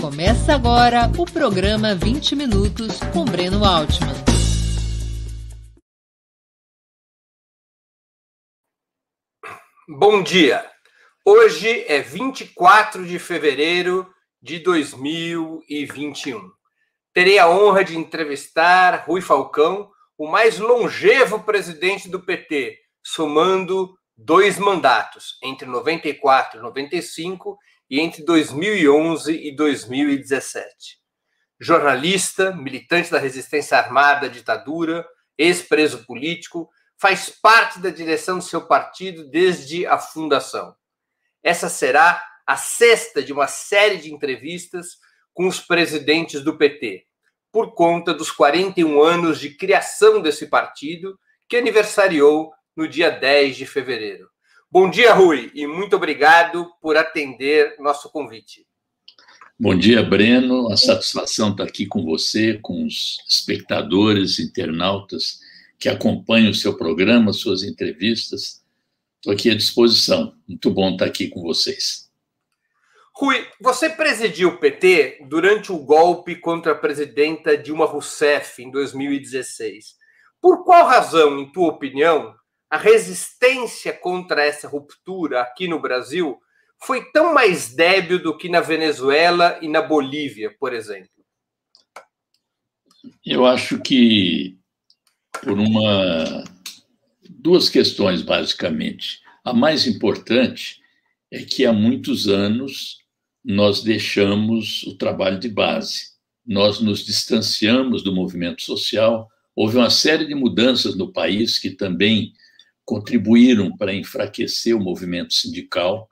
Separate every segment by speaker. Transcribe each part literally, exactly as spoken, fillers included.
Speaker 1: Começa agora o programa vinte Minutos com Breno Altman.
Speaker 2: Bom dia! Hoje é vinte e quatro de fevereiro de dois mil e vinte e um. Terei a honra de entrevistar Rui Falcão, o mais longevo presidente do P T, somando dois mandatos, entre noventa e quatro e noventa e cinco e entre dois mil e onze e dois mil e dezessete. Jornalista, militante da resistência armada à ditadura, ex-preso político, faz parte da direção do seu partido desde a fundação. Essa será a sexta de uma série de entrevistas com os presidentes do P T, por conta dos quarenta e um anos de criação desse partido, que aniversariou no dia dez de fevereiro. Bom dia, Rui, e muito obrigado por atender nosso convite.
Speaker 3: Bom dia, Breno. A satisfação estar aqui com você, com os espectadores, internautas que acompanham o seu programa, suas entrevistas. Estou aqui à disposição. Muito bom estar aqui com vocês.
Speaker 2: Rui, você presidiu o P T durante o golpe contra a presidenta Dilma Rousseff em dois mil e dezesseis. Por qual razão, em tua opinião, a resistência contra essa ruptura aqui no Brasil foi tão mais débil do que na Venezuela e na Bolívia, por exemplo?
Speaker 3: Eu acho que por uma duas questões, basicamente. A mais importante é que há muitos anos nós deixamos o trabalho de base. Nós nos distanciamos do movimento social. Houve uma série de mudanças no país que também contribuíram para enfraquecer o movimento sindical.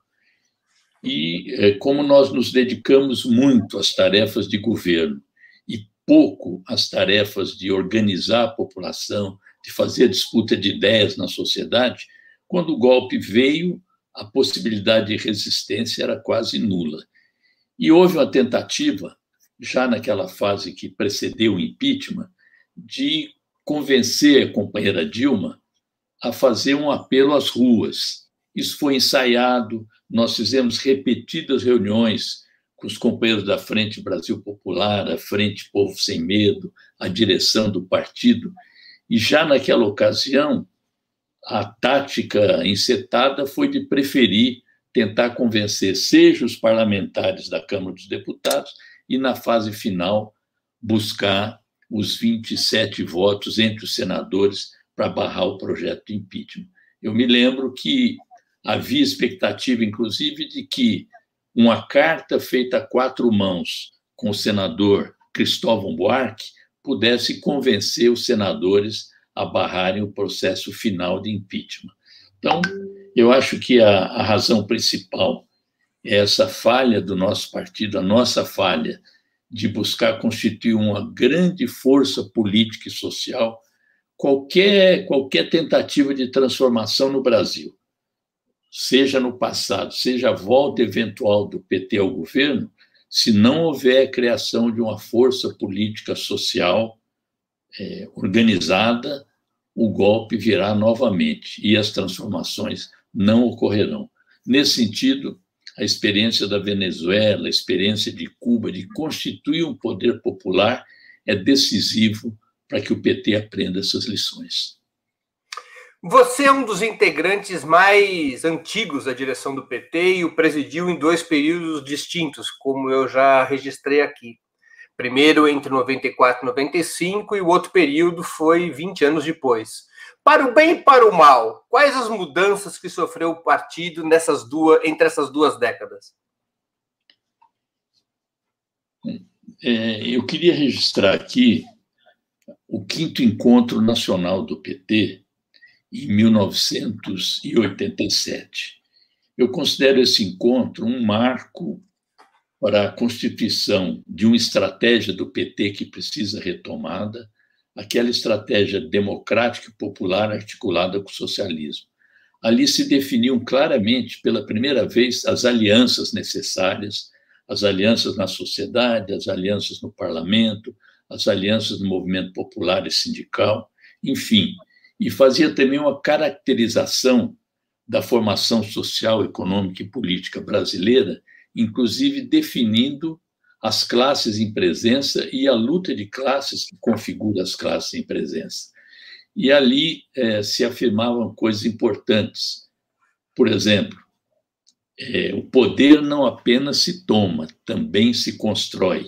Speaker 3: E como nós nos dedicamos muito às tarefas de governo e pouco às tarefas de organizar a população, de fazer disputa de ideias na sociedade, quando o golpe veio, a possibilidade de resistência era quase nula. E houve uma tentativa, já naquela fase que precedeu o impeachment, de convencer a companheira Dilma a fazer um apelo às ruas. Isso foi ensaiado, nós fizemos repetidas reuniões com os companheiros da Frente Brasil Popular, a Frente Povo Sem Medo, a direção do partido, e já naquela ocasião, a tática encetada foi de preferir tentar convencer seja os parlamentares da Câmara dos Deputados e, na fase final, buscar os vinte e sete votos entre os senadores para barrar o projeto de impeachment. Eu me lembro que havia expectativa, inclusive, de que uma carta feita a quatro mãos com o senador Cristóvão Buarque pudesse convencer os senadores a barrarem o processo final de impeachment. Então, eu acho que a, a razão principal é essa falha do nosso partido, a nossa falha de buscar constituir uma grande força política e social. Qualquer, qualquer tentativa de transformação no Brasil, seja no passado, seja a volta eventual do P T ao governo, se não houver a criação de uma força política social é, organizada, o golpe virá novamente e as transformações não ocorrerão. Nesse sentido, a experiência da Venezuela, a experiência de Cuba, de constituir um poder popular, é decisivo para que o P T aprenda essas lições.
Speaker 2: Você é um dos integrantes mais antigos da direção do P T e o presidiu em dois períodos distintos, como eu já registrei aqui. Primeiro entre noventa e quatro e noventa e cinco e o outro período foi vinte anos depois. Para o bem e para o mal, quais as mudanças que sofreu o partido nessas duas, entre essas duas décadas?
Speaker 3: É, eu queria registrar aqui o quinto encontro nacional do P T, em mil novecentos e oitenta e sete. Eu considero esse encontro um marco para a constituição de uma estratégia do P T que precisa retomada, aquela estratégia democrática e popular articulada com o socialismo. Ali se definiam claramente, pela primeira vez, as alianças necessárias, as alianças na sociedade, as alianças no parlamento, as alianças no movimento popular e sindical, enfim, e fazia também uma caracterização da formação social, econômica e política brasileira, inclusive definindo as classes em presença e a luta de classes que configura as classes em presença. E ali é, se afirmavam coisas importantes. Por exemplo, é, o poder não apenas se toma, também se constrói.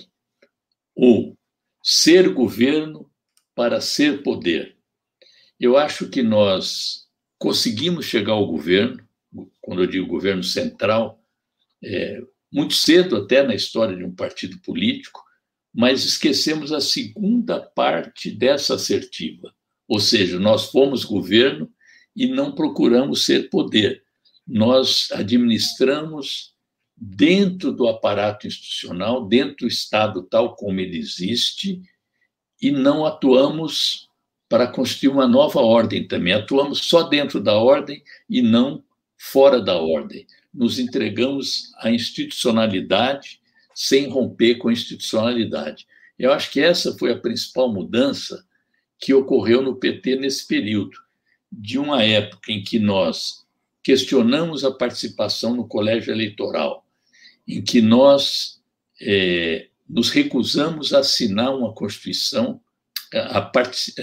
Speaker 3: Ou ser governo para ser poder. Eu acho que nós conseguimos chegar ao governo, quando eu digo governo central, é, muito cedo até na história de um partido político, mas esquecemos a segunda parte dessa assertiva. Ou seja, nós fomos governo e não procuramos ser poder. Nós administramos dentro do aparato institucional, dentro do Estado tal como ele existe, e não atuamos para constituir uma nova ordem também. Atuamos só dentro da ordem e não fora da ordem. Nos entregamos à institucionalidade sem romper com a institucionalidade. Eu acho que essa foi a principal mudança que ocorreu no P T nesse período, de uma época em que nós questionamos a participação no colégio eleitoral, em que nós é, nos recusamos a assinar uma Constituição, a, a,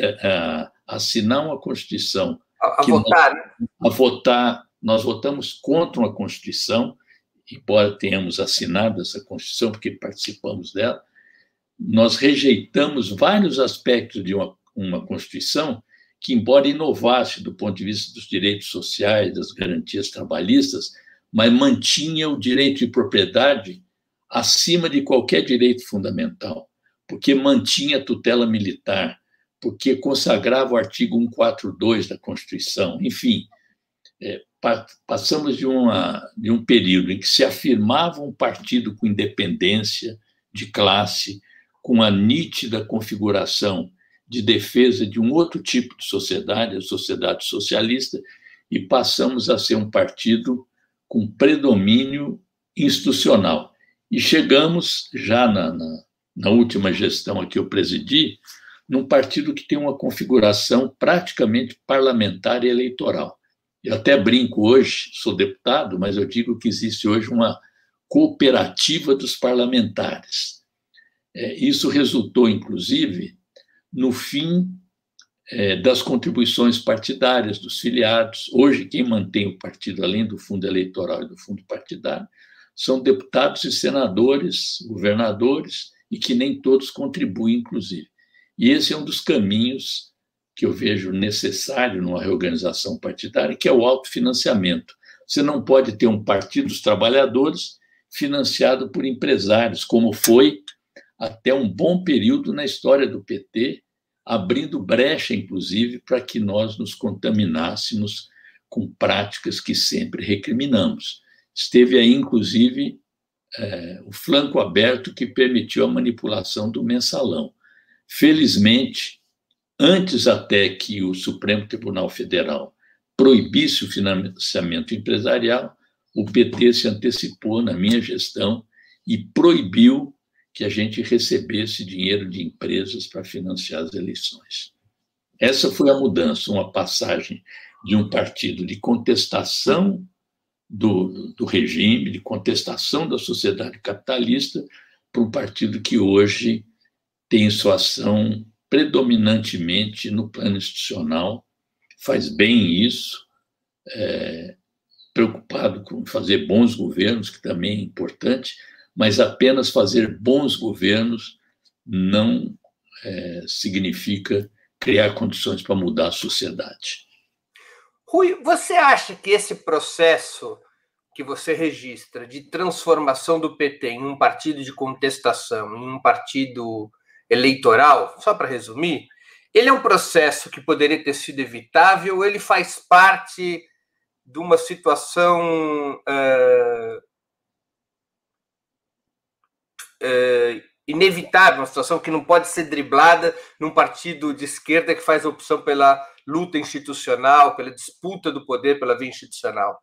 Speaker 3: a assinar uma Constituição.
Speaker 2: A, a votar,
Speaker 3: nós, a votar, nós votamos contra uma Constituição, embora tenhamos assinado essa Constituição, porque participamos dela, nós rejeitamos vários aspectos de uma, uma Constituição que, embora inovasse do ponto de vista dos direitos sociais, das garantias trabalhistas, mas mantinha o direito de propriedade acima de qualquer direito fundamental, porque mantinha a tutela militar, porque consagrava o artigo cento e quarenta e dois da Constituição. Enfim, é, pa passamos de, uma, de um período em que se afirmava um partido com independência de classe, com a nítida configuração de defesa de um outro tipo de sociedade, a sociedade socialista, e passamos a ser um partido com predomínio institucional. E chegamos, já na, na, na última gestão a que eu presidi, num partido que tem uma configuração praticamente parlamentar e eleitoral. Eu até brinco hoje, sou deputado, mas eu digo que existe hoje uma cooperativa dos parlamentares. É, isso resultou, inclusive, no fim é, das contribuições partidárias dos filiados. Hoje, quem mantém o partido, além do fundo eleitoral e do fundo partidário, são deputados e senadores, governadores, e que nem todos contribuem, inclusive. E esse é um dos caminhos que eu vejo necessário numa reorganização partidária, que é o autofinanciamento. Você não pode ter um partido dos trabalhadores financiado por empresários, como foi até um bom período na história do P T, abrindo brecha, inclusive, para que nós nos contaminássemos com práticas que sempre recriminamos. Esteve aí, inclusive, é, o flanco aberto que permitiu a manipulação do mensalão. Felizmente, antes até que o Supremo Tribunal Federal proibisse o financiamento empresarial, o P T se antecipou na minha gestão e proibiu que a gente recebesse dinheiro de empresas para financiar as eleições. Essa foi a mudança, uma passagem de um partido de contestação do, do regime, de contestação da sociedade capitalista, para um partido que hoje tem sua ação predominantemente no plano institucional, faz bem isso, é, preocupado com fazer bons governos, que também é importante, mas apenas fazer bons governos não é, significa criar condições para mudar a sociedade.
Speaker 2: Rui, você acha que esse processo que você registra de transformação do P T em um partido de contestação, em um partido eleitoral, só para resumir, ele é um processo que poderia ter sido evitável, ou ele faz parte de uma situação uh, uh, inevitável, uma situação que não pode ser driblada num partido de esquerda que faz a opção pela luta institucional, pela disputa do poder pela via institucional?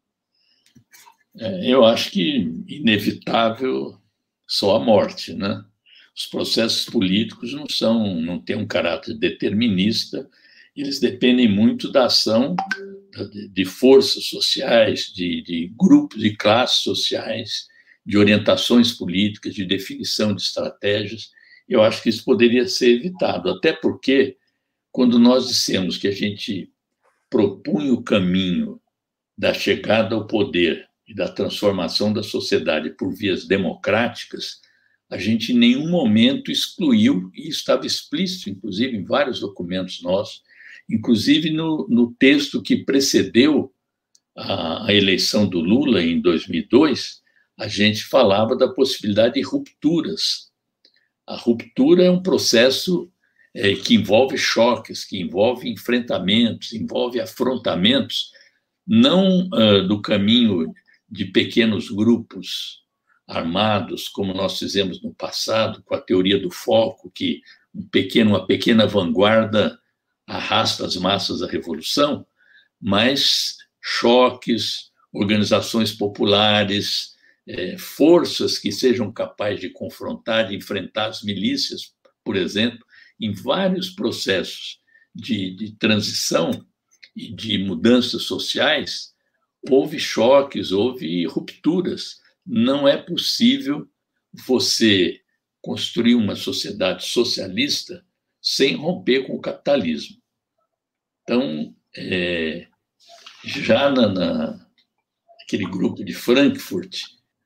Speaker 3: É, eu acho que inevitável só a morte, né? Os processos políticos não são, não têm um caráter determinista, eles dependem muito da ação de, de forças sociais, de, de grupos, de classes sociais de orientações políticas, de definição de estratégias. Eu acho que isso poderia ser evitado, até porque, quando nós dissemos que a gente propunha o caminho da chegada ao poder e da transformação da sociedade por vias democráticas, a gente em nenhum momento excluiu, e estava explícito, inclusive, em vários documentos nossos, inclusive no, no texto que precedeu a, a eleição do Lula em dois mil e dois, a gente falava da possibilidade de rupturas. A ruptura é um processo é, que envolve choques, que envolve enfrentamentos, envolve afrontamentos, não uh, do caminho de pequenos grupos armados, como nós fizemos no passado, com a teoria do foco, que um pequeno, uma pequena vanguarda arrasta as massas à revolução, mas choques, organizações populares, é, forças que sejam capazes de confrontar, de enfrentar as milícias, por exemplo, em vários processos de, de transição e de mudanças sociais, houve choques, houve rupturas. Não é possível você construir uma sociedade socialista sem romper com o capitalismo. Então, é, já na, na, naquele grupo de Frankfurt,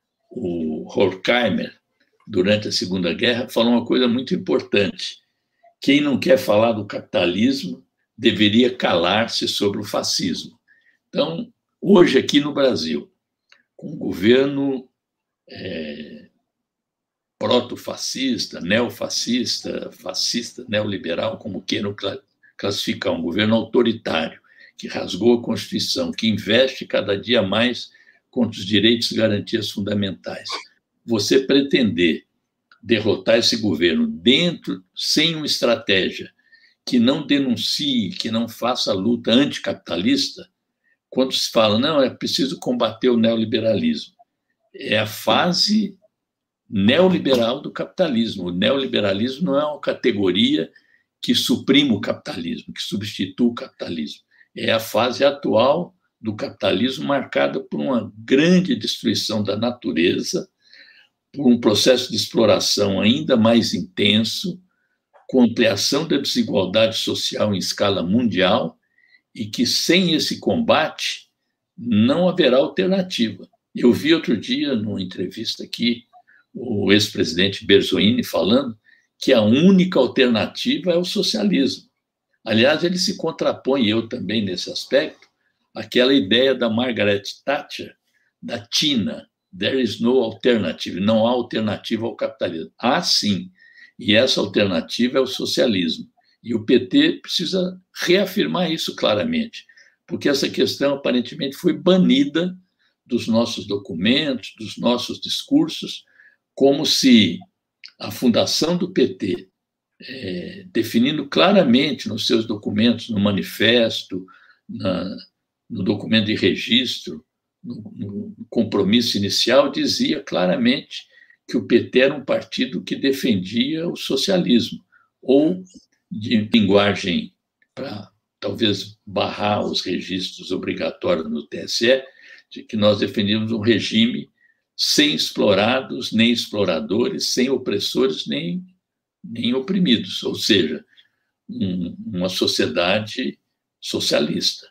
Speaker 3: o Horkheimer, durante a Segunda Guerra, falou uma coisa muito importante. Quem não quer falar do capitalismo deveria calar-se sobre o fascismo. Então, hoje aqui no Brasil, com um governo é, proto-fascista, neofascista, fascista, neoliberal, como queiram classificar, um governo autoritário, que rasgou a Constituição, que investe cada dia mais contra os direitos e garantias fundamentais. Você pretender derrotar esse governo dentro, sem uma estratégia que não denuncie, que não faça a luta anticapitalista, quando se fala, não, é preciso combater o neoliberalismo. É a fase neoliberal do capitalismo. O neoliberalismo não é uma categoria que suprime o capitalismo, que substitui o capitalismo. É a fase atual do capitalismo marcada por uma grande destruição da natureza, por um processo de exploração ainda mais intenso, com ampliação da desigualdade social em escala mundial, e que sem esse combate não haverá alternativa. Eu vi outro dia, numa entrevista aqui, o ex-presidente Berzoini falando que a única alternativa é o socialismo. Aliás, ele se contrapõe, eu também nesse aspecto, àquela ideia da Margaret Thatcher, da Tina, there is no alternative, não há alternativa ao capitalismo. Há sim, e essa alternativa é o socialismo. E o P T precisa reafirmar isso claramente, porque essa questão aparentemente foi banida dos nossos documentos, dos nossos discursos, como se a fundação do P T, é, definindo claramente nos seus documentos, no manifesto, na, no documento de registro, no, no compromisso inicial, dizia claramente que o P T era um partido que defendia o socialismo, ou, de linguagem para talvez barrar os registros obrigatórios no T S E, de que nós defendíamos um regime sem explorados, nem exploradores, sem opressores, nem, nem oprimidos, ou seja, um, uma sociedade socialista.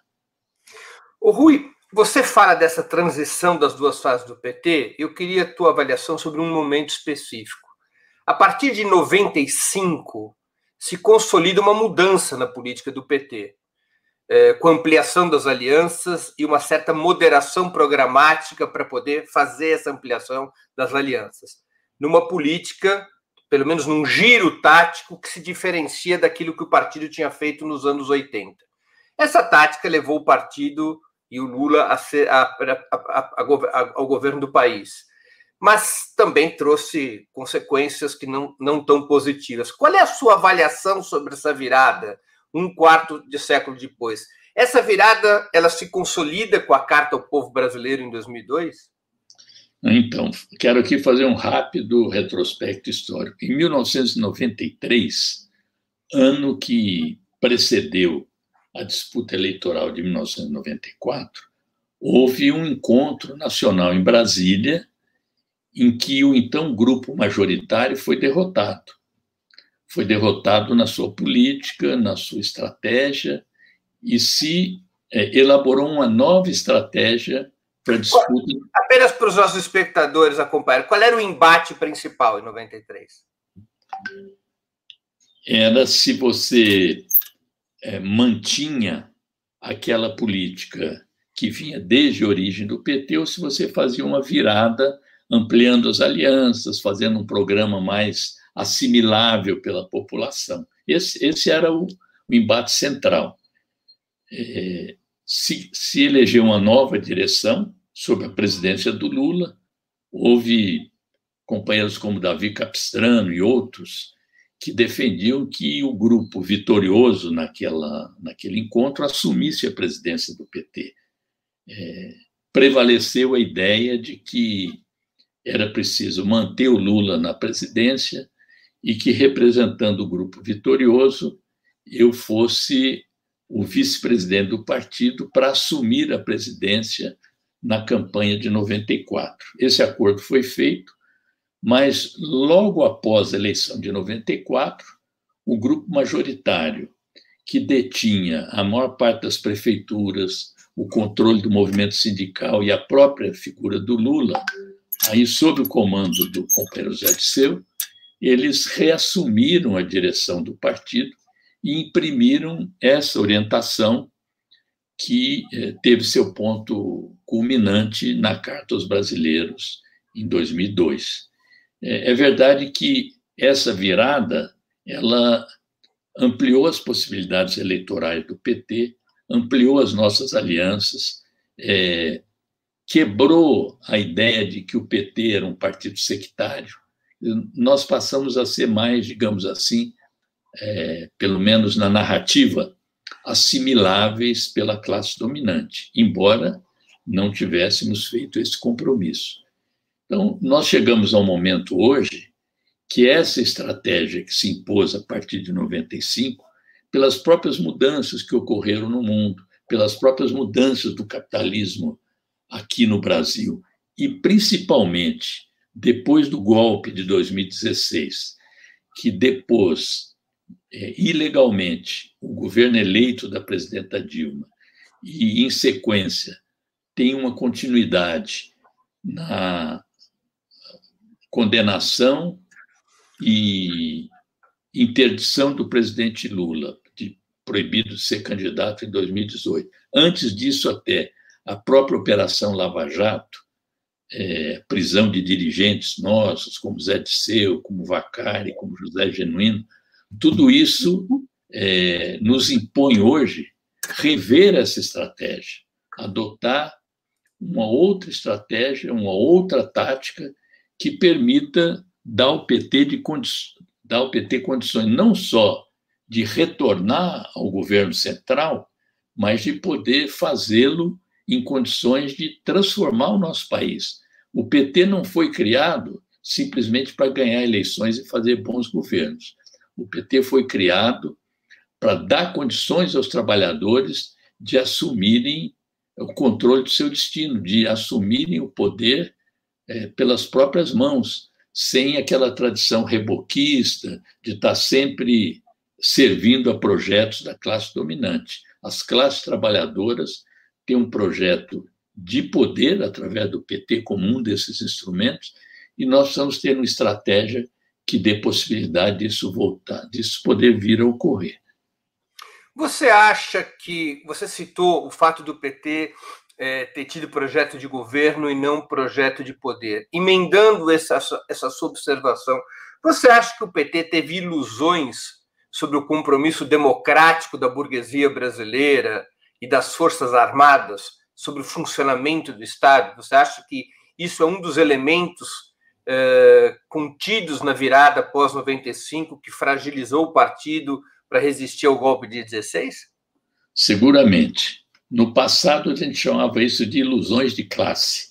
Speaker 2: Ô Rui, você fala dessa transição das duas fases do P T, eu queria a tua avaliação sobre um momento específico. A partir de noventa e cinco, se consolida uma mudança na política do P T, é, com ampliação das alianças e uma certa moderação programática para poder fazer essa ampliação das alianças, numa política, pelo menos num giro tático, que se diferencia daquilo que o partido tinha feito nos anos oitenta. Essa tática levou o partido e o Lula a ser, a, a, a, a, ao governo do país, mas também trouxe consequências que não, não tão positivas. Qual é a sua avaliação sobre essa virada, um quarto de século depois? Essa virada, ela se consolida com a Carta ao Povo Brasileiro em dois mil e dois?
Speaker 3: Então, quero aqui fazer um rápido retrospecto histórico. Em mil novecentos e noventa e três, ano que precedeu a disputa eleitoral de mil novecentos e noventa e quatro, houve um encontro nacional em Brasília, em que o então grupo majoritário foi derrotado. Foi derrotado na sua política, na sua estratégia, e se é, elaborou uma nova estratégia para disputa.
Speaker 2: Apenas para os nossos espectadores acompanharem, qual era o embate principal em noventa e três?
Speaker 3: Era se você é, mantinha aquela política que vinha desde a origem do P T, ou se você fazia uma virada, ampliando as alianças, fazendo um programa mais assimilável pela população. Esse, esse era o, o embate central. É, se, se elegeu uma nova direção sob a presidência do Lula, houve companheiros como Davi Capistrano e outros que defendiam que o grupo vitorioso naquela, naquele encontro assumisse a presidência do P T. É, prevaleceu a ideia de que era preciso manter o Lula na presidência e que, representando o grupo vitorioso, eu fosse o vice-presidente do partido para assumir a presidência na campanha de noventa e quatro. Esse acordo foi feito, mas logo após a eleição de noventa e quatro, o grupo majoritário, que detinha a maior parte das prefeituras, o controle do movimento sindical e a própria figura do Lula, aí sob o comando do companheiro Zé Disseu, eles reassumiram a direção do partido e imprimiram essa orientação que eh, teve seu ponto culminante na Carta aos Brasileiros, em dois mil e dois. É, é verdade que essa virada ela ampliou as possibilidades eleitorais do P T, ampliou as nossas alianças, é, quebrou a ideia de que o P T era um partido sectário. Nós passamos a ser mais, digamos assim, é, pelo menos na narrativa, assimiláveis pela classe dominante, embora não tivéssemos feito esse compromisso. Então, nós chegamos a um momento hoje que essa estratégia que se impôs a partir de noventa e cinco, pelas próprias mudanças que ocorreram no mundo, pelas próprias mudanças do capitalismo aqui no Brasil, e principalmente depois do golpe de dois mil e dezesseis, que depôs é, ilegalmente o governo eleito da presidenta Dilma, e, em sequência, tem uma continuidade na condenação e interdição do presidente Lula, de proibido de ser candidato em dois mil e dezoito. Antes disso, até a própria Operação Lava Jato, é, prisão de dirigentes nossos, como Zé Disseu, como Vacari, como José Genuíno, tudo isso é, nos impõe hoje rever essa estratégia, adotar uma outra estratégia, uma outra tática que permita dar ao P T, de condi- dar ao P T condições não só de retornar ao governo central, mas de poder fazê-lo em condições de transformar o nosso país. O P T não foi criado simplesmente para ganhar eleições e fazer bons governos. O P T foi criado para dar condições aos trabalhadores de assumirem o controle do seu destino, de assumirem o poder é, pelas próprias mãos, sem aquela tradição reboquista de estar sempre servindo a projetos da classe dominante. As classes trabalhadoras têm um projeto de poder através do P T como um desses instrumentos, e nós precisamos ter uma estratégia que dê possibilidade disso voltar, disso poder vir a ocorrer.
Speaker 2: Você acha que, você citou o fato do P T é, ter tido projeto de governo e não projeto de poder. Emendando essa, essa sua observação, você acha que o P T teve ilusões sobre o compromisso democrático da burguesia brasileira e das Forças Armadas sobre o funcionamento do Estado? Você acha que isso é um dos elementos é, contidos na virada pós noventa e cinco que fragilizou o partido para resistir ao golpe de dezesseis?
Speaker 3: Seguramente. No passado, a gente chamava isso de ilusões de classe.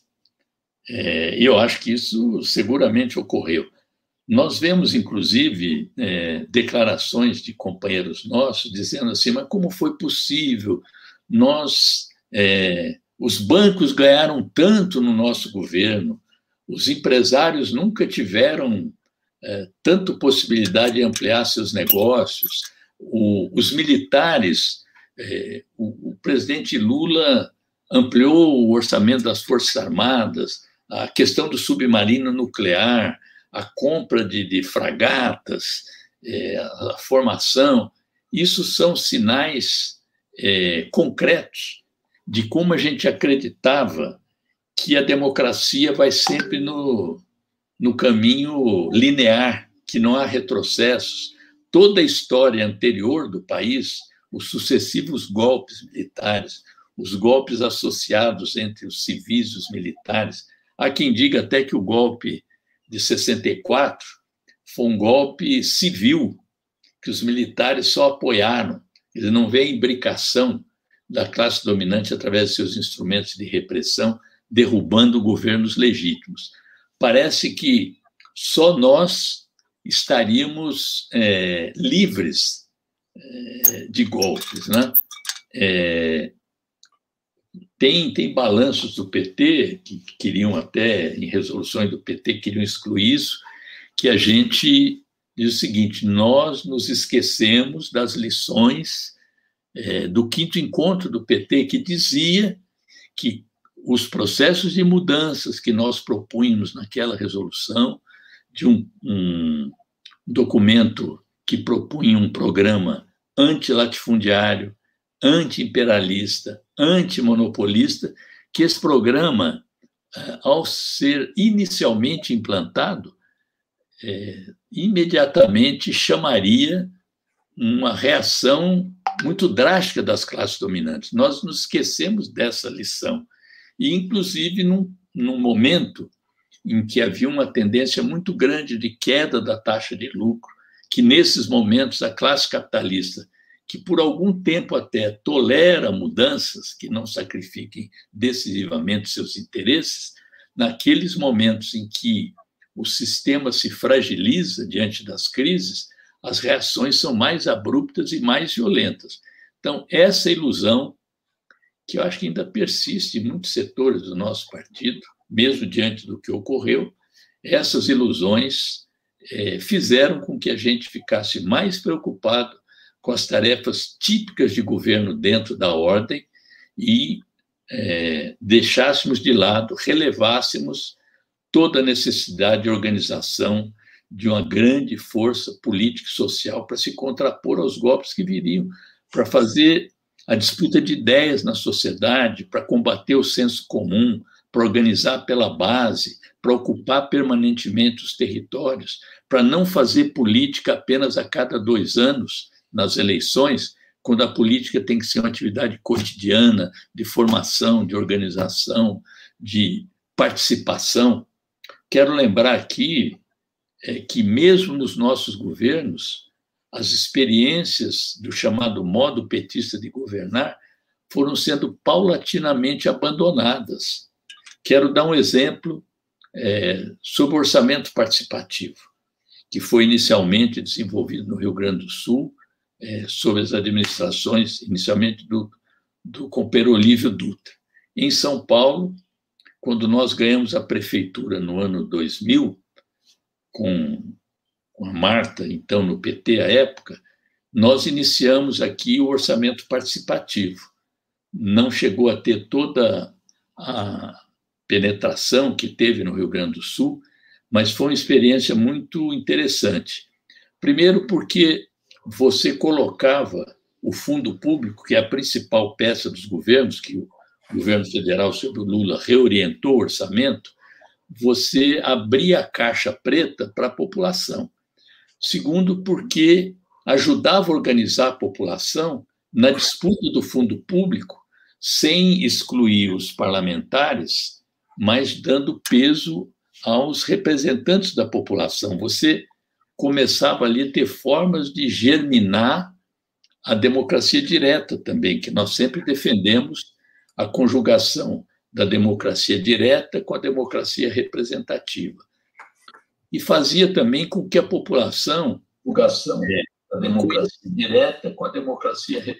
Speaker 3: É, e eu acho que isso seguramente ocorreu. Nós vemos, inclusive, é, declarações de companheiros nossos dizendo assim, mas como foi possível? Nós, é, os bancos ganharam tanto no nosso governo, Os empresários nunca tiveram é, tanto possibilidade de ampliar seus negócios. O, os militares, é, o, o presidente Lula ampliou o orçamento das Forças Armadas, a questão do submarino nuclear, a compra de, de fragatas, é, a formação. Isso são sinais é, concretos de como a gente acreditava que a democracia vai sempre no, no caminho linear, que não há retrocessos. Toda a história anterior do país, os sucessivos golpes militares, os golpes associados entre os civis e os militares, há quem diga até que o golpe de sessenta e quatro foi um golpe civil, que os militares só apoiaram. Eles não veem imbricação da classe dominante através de seus instrumentos de repressão, derrubando governos legítimos. Parece que só nós estaríamos é, livres é, de golpes, né? É, tem, tem balanços do P T, que queriam até, em resoluções do P T, queriam excluir isso, que a gente diz o seguinte: nós nos esquecemos das lições é, do quinto encontro do P T, que dizia que os processos de mudanças que nós propunhamos naquela resolução, de um, um documento que propunha um programa antilatifundiário, anti-imperialista, antimonopolista, que esse programa, ao ser inicialmente implantado, é, imediatamente chamaria uma reação muito drástica das classes dominantes. Nós nos esquecemos dessa lição. E, inclusive, num, num momento em que havia uma tendência muito grande de queda da taxa de lucro, que, nesses momentos, a classe capitalista, que por algum tempo até tolera mudanças que não sacrifiquem decisivamente seus interesses, naqueles momentos em que o sistema se fragiliza diante das crises, as reações são mais abruptas e mais violentas. Então, essa ilusão, que eu acho que ainda persiste em muitos setores do nosso partido, mesmo diante do que ocorreu, essas ilusões é, fizeram com que a gente ficasse mais preocupado com as tarefas típicas de governo dentro da ordem e é, deixássemos de lado, relevássemos toda a necessidade de organização de uma grande força política e social para se contrapor aos golpes que viriam, para fazer a disputa de ideias na sociedade, para combater o senso comum, para organizar pela base, para ocupar permanentemente os territórios, para não fazer política apenas a cada dois anos nas eleições, quando a política tem que ser uma atividade cotidiana de formação, de organização, de participação. Quero lembrar aqui é, que mesmo nos nossos governos, as experiências do chamado modo petista de governar foram sendo paulatinamente abandonadas. Quero dar um exemplo é, sobre o orçamento participativo, que foi inicialmente desenvolvido no Rio Grande do Sul, é, sob as administrações, inicialmente, do, do companheiro Olívio Dutra. Em São Paulo, quando nós ganhamos a prefeitura no ano dois mil, com com a Marta, então, no P T, à época, nós iniciamos aqui o orçamento participativo. Não chegou a ter toda a penetração que teve no Rio Grande do Sul, mas foi uma experiência muito interessante. Primeiro porque você colocava o fundo público, que é a principal peça dos governos, que o governo federal, sob o Lula, reorientou o orçamento, você abria a caixa preta para a população. Segundo, porque ajudava a organizar a população na disputa do fundo público, sem excluir os parlamentares, mas dando peso aos representantes da população. Você começava ali a ter formas de germinar a democracia direta também, que nós sempre defendemos a conjugação da democracia direta com a democracia representativa. E fazia também com que a população, a democracia direta com a democracia,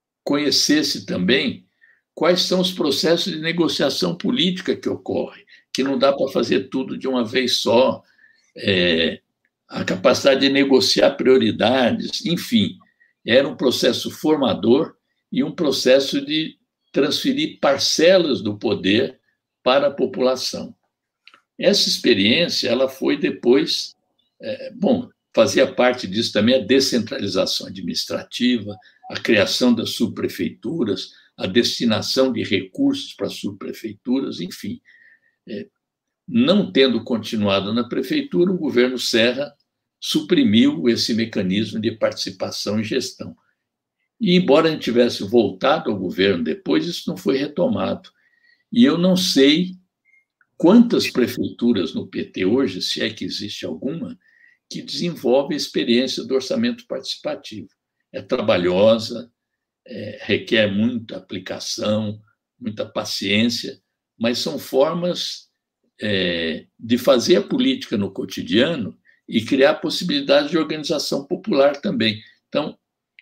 Speaker 3: conhecesse também quais são os processos de negociação política que ocorrem, que não dá para fazer tudo de uma vez só, é, a capacidade de negociar prioridades, enfim, era um processo formador e um processo de transferir parcelas do poder para a população. Essa experiência ela foi depois, é, bom, fazia parte disso também a descentralização administrativa, a criação das subprefeituras, a destinação de recursos para as subprefeituras, enfim. É, não tendo continuado na prefeitura, o governo Serra suprimiu esse mecanismo de participação e gestão. E, embora a gente tivesse voltado ao governo depois, isso não foi retomado. E eu não sei quantas prefeituras no P T hoje, se é que existe alguma, que desenvolve a experiência do orçamento participativo. É trabalhosa, é, requer muita aplicação, muita paciência, mas são formas é, de fazer a política no cotidiano e criar possibilidades de organização popular também. Então,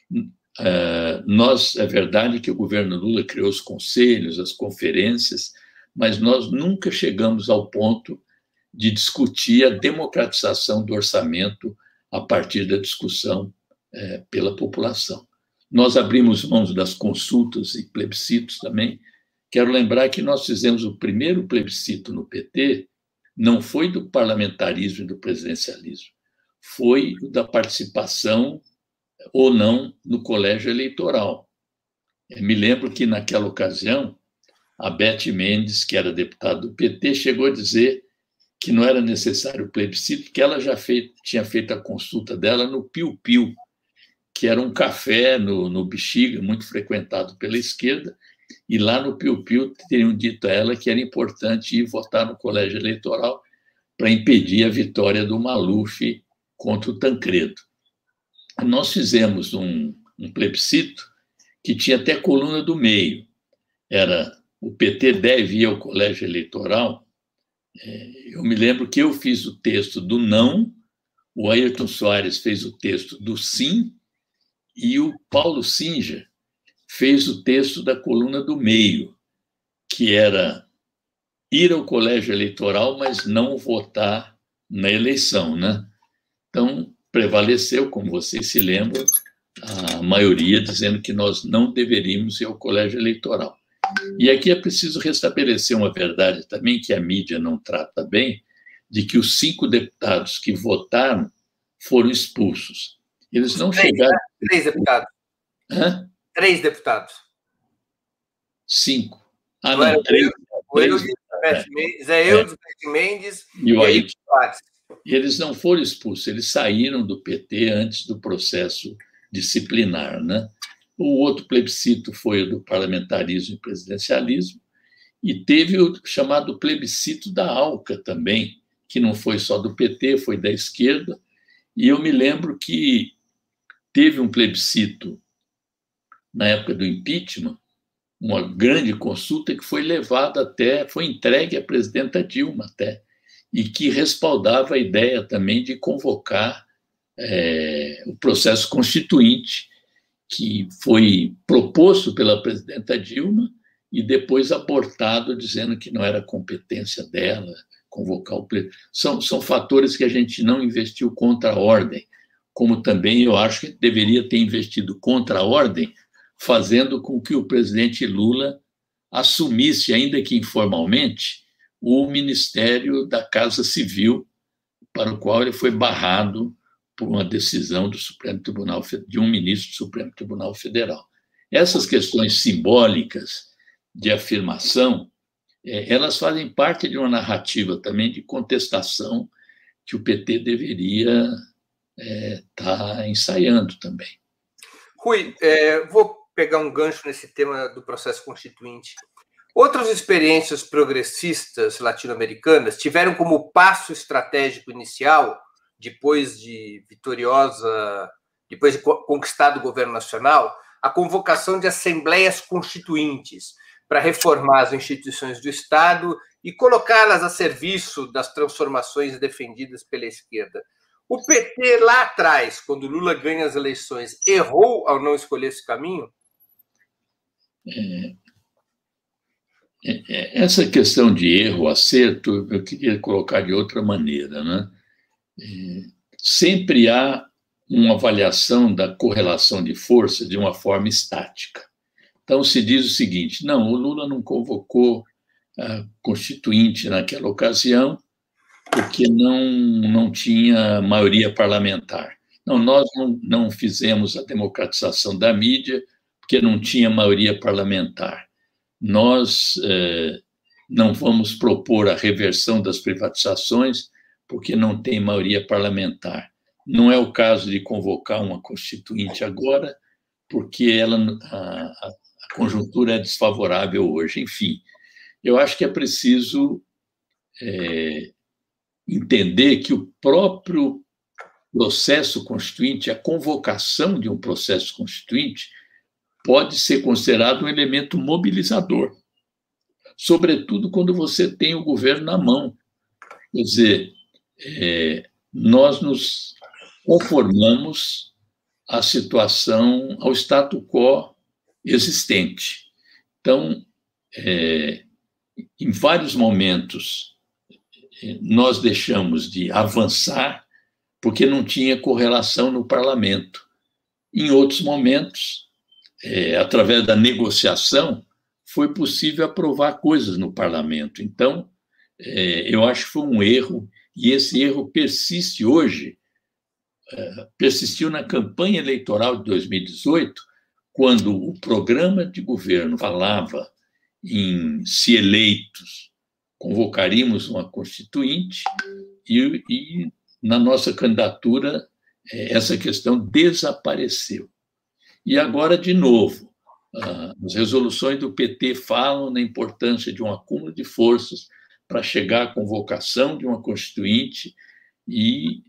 Speaker 3: é, nós, é verdade que o governo Lula criou os conselhos, as conferências, mas nós nunca chegamos ao ponto de discutir a democratização do orçamento a partir da discussão é, pela população. Nós abrimos mãos das consultas e plebiscitos também. Quero lembrar que nós fizemos o primeiro plebiscito no P T, não foi do parlamentarismo e do presidencialismo, foi da participação ou não no colégio eleitoral. Eu me lembro que, naquela ocasião, a Beth Mendes, que era deputada do P T, chegou a dizer que não era necessário o plebiscito, que ela já feit, tinha feito a consulta dela no Piu Piu, que era um café no, no Bexiga, muito frequentado pela esquerda, e lá no Piu Piu teriam dito a ela que era importante ir votar no colégio eleitoral para impedir a vitória do Maluf contra o Tancredo. Nós fizemos um, um plebiscito que tinha até coluna do meio. Era o P T deve ir ao colégio eleitoral. Eu me lembro que eu fiz o texto do não, o Ayrton Soares fez o texto do sim e o Paulo Singer fez o texto da coluna do meio, que era ir ao colégio eleitoral, mas não votar na eleição, né? Então, prevaleceu, como vocês se lembram, a maioria dizendo que nós não deveríamos ir ao colégio eleitoral. E aqui é preciso restabelecer uma verdade também, que a mídia não trata bem, de que os cinco deputados que votaram foram expulsos. Eles não
Speaker 2: três,
Speaker 3: chegaram...
Speaker 2: Né? Três deputados.
Speaker 3: Hã?
Speaker 2: Três deputados.
Speaker 3: Cinco. Ah,
Speaker 2: não,
Speaker 3: não, três.
Speaker 2: O Eudes Mendes, é Eudes Mendes
Speaker 3: e o Ayrton Soares. E eles não foram expulsos, eles saíram do P T antes do processo disciplinar, né? O outro plebiscito foi o do parlamentarismo e presidencialismo, e teve o chamado plebiscito da ALCA também, que não foi só do P T, foi da esquerda, e eu me lembro que teve um plebiscito na época do impeachment, uma grande consulta que foi levada até, foi entregue à presidenta Dilma até, e que respaldava a ideia também de convocar é, o processo constituinte, que foi proposto pela presidenta Dilma e depois abortado, dizendo que não era competência dela convocar o pleno. São, são fatores que a gente não investiu contra a ordem, como também eu acho que deveria ter investido contra a ordem, fazendo com que o presidente Lula assumisse, ainda que informalmente, o Ministério da Casa Civil, para o qual ele foi barrado por uma decisão do Supremo Tribunal, de um ministro do Supremo Tribunal Federal. Essas questões simbólicas de afirmação, elas fazem parte de uma narrativa também de contestação que o P T deveria estar é, ensaiando também.
Speaker 2: Rui, é, vou pegar um gancho nesse tema do processo constituinte. Outras experiências progressistas latino-americanas tiveram como passo estratégico inicial, depois de vitoriosa, depois de conquistado o governo nacional, a convocação de assembleias constituintes para reformar as instituições do Estado e colocá-las a serviço das transformações defendidas pela esquerda. O P T, lá atrás, quando Lula ganha as eleições, errou ao não escolher esse caminho?
Speaker 3: É, Essa questão de erro, acerto, eu queria colocar de outra maneira, né? Sempre há uma avaliação da correlação de força de uma forma estática. Então, se diz o seguinte: não, o Lula não convocou a Constituinte naquela ocasião porque não, não tinha maioria parlamentar. Não, nós não, não fizemos a democratização da mídia porque não tinha maioria parlamentar. Nós eh, não vamos propor a reversão das privatizações porque não tem maioria parlamentar. Não é o caso de convocar uma Constituinte agora, porque ela, a, a conjuntura é desfavorável hoje. Enfim, eu acho que é preciso é, entender que o próprio processo constituinte, a convocação de um processo constituinte, pode ser considerado um elemento mobilizador, sobretudo quando você tem o governo na mão. Quer dizer, é, nós nos conformamos à situação, ao status quo existente. Então, é, em vários momentos, nós deixamos de avançar porque não tinha correlação no parlamento. Em outros momentos, é, através da negociação, foi possível aprovar coisas no parlamento. Então, é, eu acho que foi um erro, e esse erro persiste hoje, é, persistiu na campanha eleitoral de dois mil e dezoito, quando o programa de governo falava em, se eleitos, convocaríamos uma constituinte, e, e na nossa candidatura essa questão desapareceu. E agora, de novo, as resoluções do P T falam na importância de um acúmulo de forças para chegar à convocação de uma constituinte, e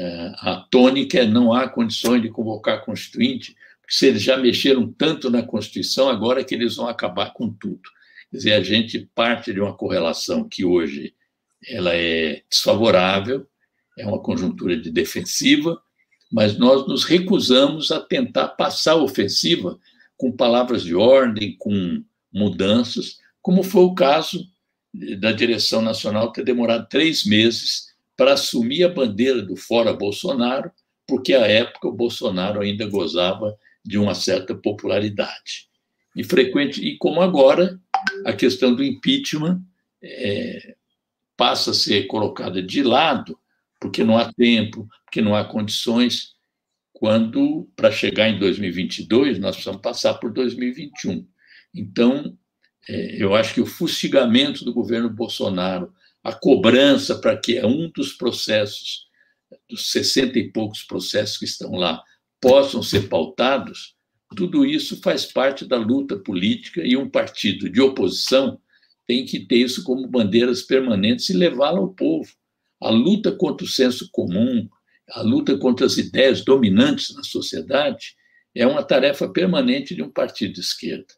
Speaker 3: a tônica é: não há condições de convocar a constituinte, porque se eles já mexeram tanto na Constituição, agora é que eles vão acabar com tudo. Quer dizer, a gente parte de uma correlação que hoje ela é desfavorável, é uma conjuntura de defensiva, mas nós nos recusamos a tentar passar a ofensiva com palavras de ordem, com mudanças, como foi o caso da direção nacional ter demorado três meses para assumir a bandeira do Fora Bolsonaro, porque, à época, o Bolsonaro ainda gozava de uma certa popularidade. E, frequente, e como agora, a questão do impeachment é, passa a ser colocada de lado, porque não há tempo, porque não há condições, quando, para chegar em dois mil e vinte e dois, nós precisamos passar por dois mil e vinte e um. Então, é, eu acho que o fustigamento do governo Bolsonaro, a cobrança para que um dos processos, dos sessenta e poucos processos que estão lá, possam ser pautados, tudo isso faz parte da luta política, e um partido de oposição tem que ter isso como bandeiras permanentes e levá-la ao povo. A luta contra o senso comum, a luta contra as ideias dominantes na sociedade é uma tarefa permanente de um partido de esquerda.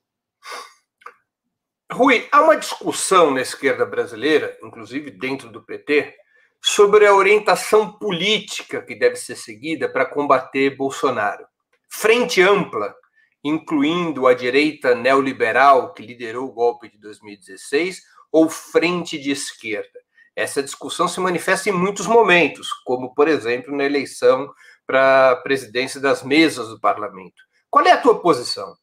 Speaker 2: Rui, há uma discussão na esquerda brasileira, inclusive dentro do P T, sobre a orientação política que deve ser seguida para combater Bolsonaro. Frente ampla, incluindo a direita neoliberal que liderou o golpe de dois mil e dezesseis, ou frente de esquerda? Essa discussão se manifesta em muitos momentos, como, por exemplo, na eleição para a presidência das mesas do parlamento. Qual é a tua posição?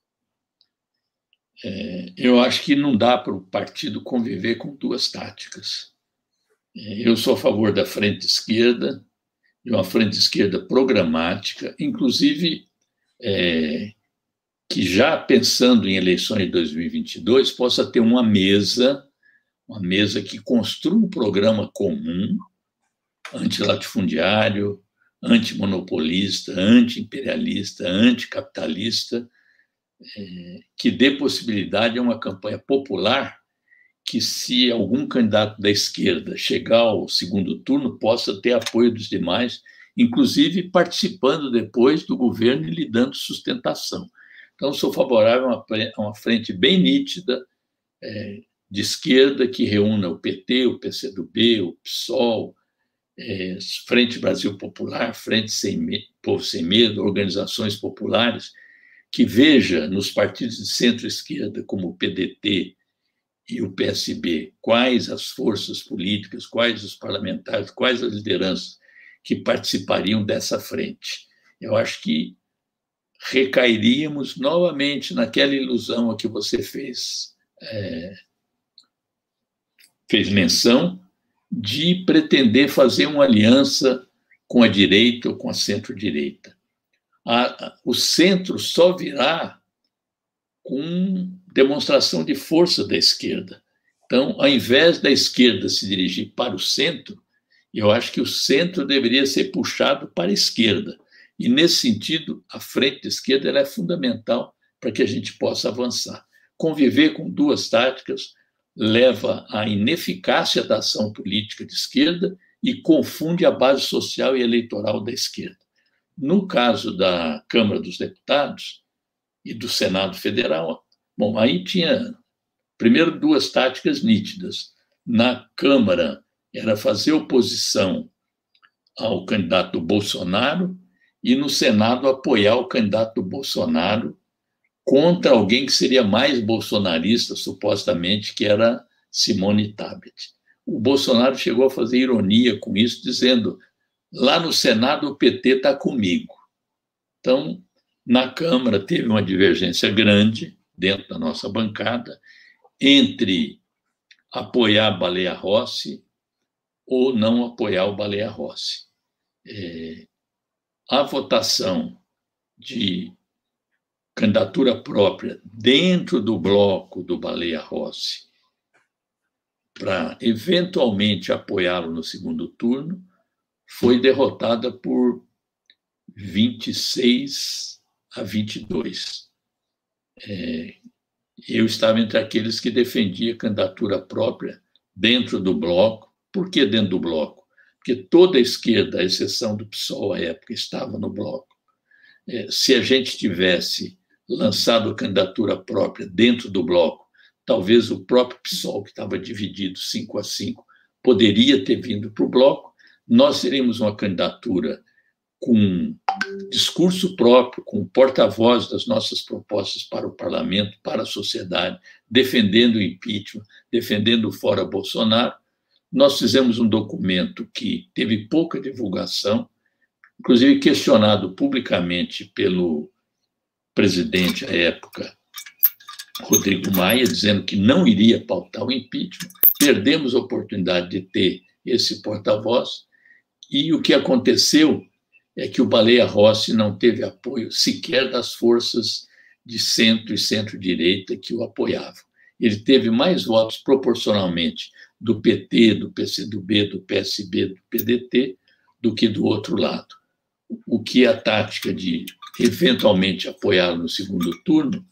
Speaker 3: É, eu acho que não dá para o partido conviver com duas táticas. É, eu sou a favor da frente esquerda, de uma frente esquerda programática, inclusive é, que já pensando em eleições de dois mil e vinte e dois possa ter uma mesa, uma mesa que construa um programa comum, antilatifundiário, antimonopolista, anti-imperialista, anticapitalista, é, que dê possibilidade a uma campanha popular que, se algum candidato da esquerda chegar ao segundo turno, possa ter apoio dos demais, inclusive participando depois do governo e lhe dando sustentação. Então, sou favorável a uma, a uma frente bem nítida, é, de esquerda, que reúna o P T, o P C do B, o PSOL, é, Frente Brasil Popular, Frente Sem Medo, Povo Sem Medo, organizações populares, que veja nos partidos de centro-esquerda, como o P D T e o P S B, quais as forças políticas, quais os parlamentares, quais as lideranças que participariam dessa frente. Eu acho que recairíamos novamente naquela ilusão a que você fez, é, fez menção, de pretender fazer uma aliança com a direita ou com a centro-direita. A, o centro só virá com demonstração de força da esquerda. Então, ao invés da esquerda se dirigir para o centro, eu acho que o centro deveria ser puxado para a esquerda. E, nesse sentido, a frente esquerda ela é fundamental para que a gente possa avançar. Conviver com duas táticas leva à ineficácia da ação política de esquerda e confunde a base social e eleitoral da esquerda. No caso da Câmara dos Deputados e do Senado Federal, bom, aí tinha, primeiro, duas táticas nítidas. Na Câmara, era fazer oposição ao candidato do Bolsonaro e, no Senado, apoiar o candidato do Bolsonaro contra alguém que seria mais bolsonarista, supostamente, que era Simone Tebet. O Bolsonaro chegou a fazer ironia com isso, dizendo: lá no Senado o P T está comigo. Então, na Câmara teve uma divergência grande, dentro da nossa bancada, entre apoiar Baleia Rossi ou não apoiar o Baleia Rossi. É, a votação de candidatura própria dentro do bloco do Baleia Rossi para eventualmente apoiá-lo no segundo turno foi derrotada por vinte e seis a vinte e dois. É, eu estava entre aqueles que defendiam a candidatura própria dentro do bloco. Por que dentro do bloco? Porque toda a esquerda, à exceção do PSOL à época, estava no bloco. É, se a gente tivesse lançado a candidatura própria dentro do bloco, talvez o próprio PSOL, que estava dividido cinco a cinco, poderia ter vindo para o bloco. Nós teríamos uma candidatura com discurso próprio, com porta-voz das nossas propostas para o parlamento, para a sociedade, defendendo o impeachment, defendendo o fora Bolsonaro. Nós fizemos um documento que teve pouca divulgação, inclusive questionado publicamente pelo presidente à época, Rodrigo Maia, dizendo que não iria pautar o impeachment. Perdemos a oportunidade de ter esse porta-voz, e o que aconteceu é que o Baleia Rossi não teve apoio sequer das forças de centro e centro-direita que o apoiavam. Ele teve mais votos proporcionalmente do P T, do P C do B, do P S B, do P D T, do que do outro lado. O que a tática de eventualmente apoiá-lo no segundo turno,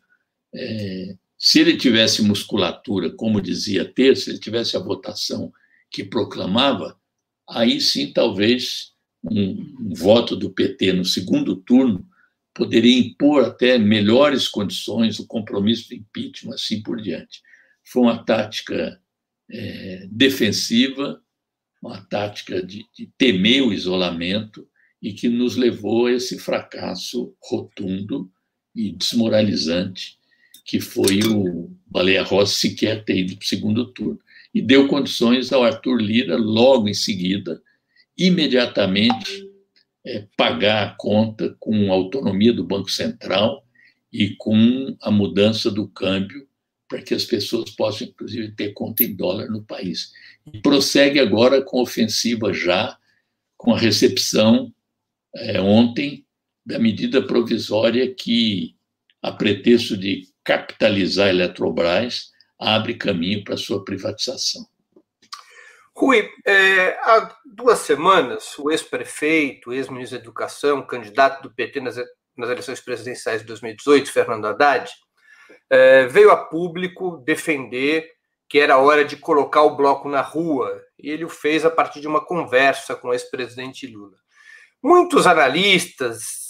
Speaker 3: é, se ele tivesse musculatura, como dizia ter, se ele tivesse a votação que proclamava, aí sim talvez um, um voto do P T no segundo turno poderia impor até melhores condições, o compromisso do impeachment, assim por diante. Foi uma tática é, defensiva, uma tática de, de temer o isolamento e que nos levou a esse fracasso rotundo e desmoralizante que foi o Baleia Rossi sequer ter ido para o segundo turno. E deu condições ao Arthur Lira, logo em seguida, imediatamente, é, pagar a conta com a autonomia do Banco Central e com a mudança do câmbio para que as pessoas possam, inclusive, ter conta em dólar no país. E prossegue agora com ofensiva já, com a recepção, é, ontem, da medida provisória que, a pretexto de capitalizar a Eletrobras, abre caminho para a sua privatização.
Speaker 2: Rui, é, há duas semanas, o ex-prefeito, ex-ministro da Educação, candidato do P T nas, nas eleições presidenciais de dois mil e dezoito, Fernando Haddad, é, veio a público defender que era hora de colocar o bloco na rua, e ele o fez a partir de uma conversa com o ex-presidente Lula. Muitos analistas,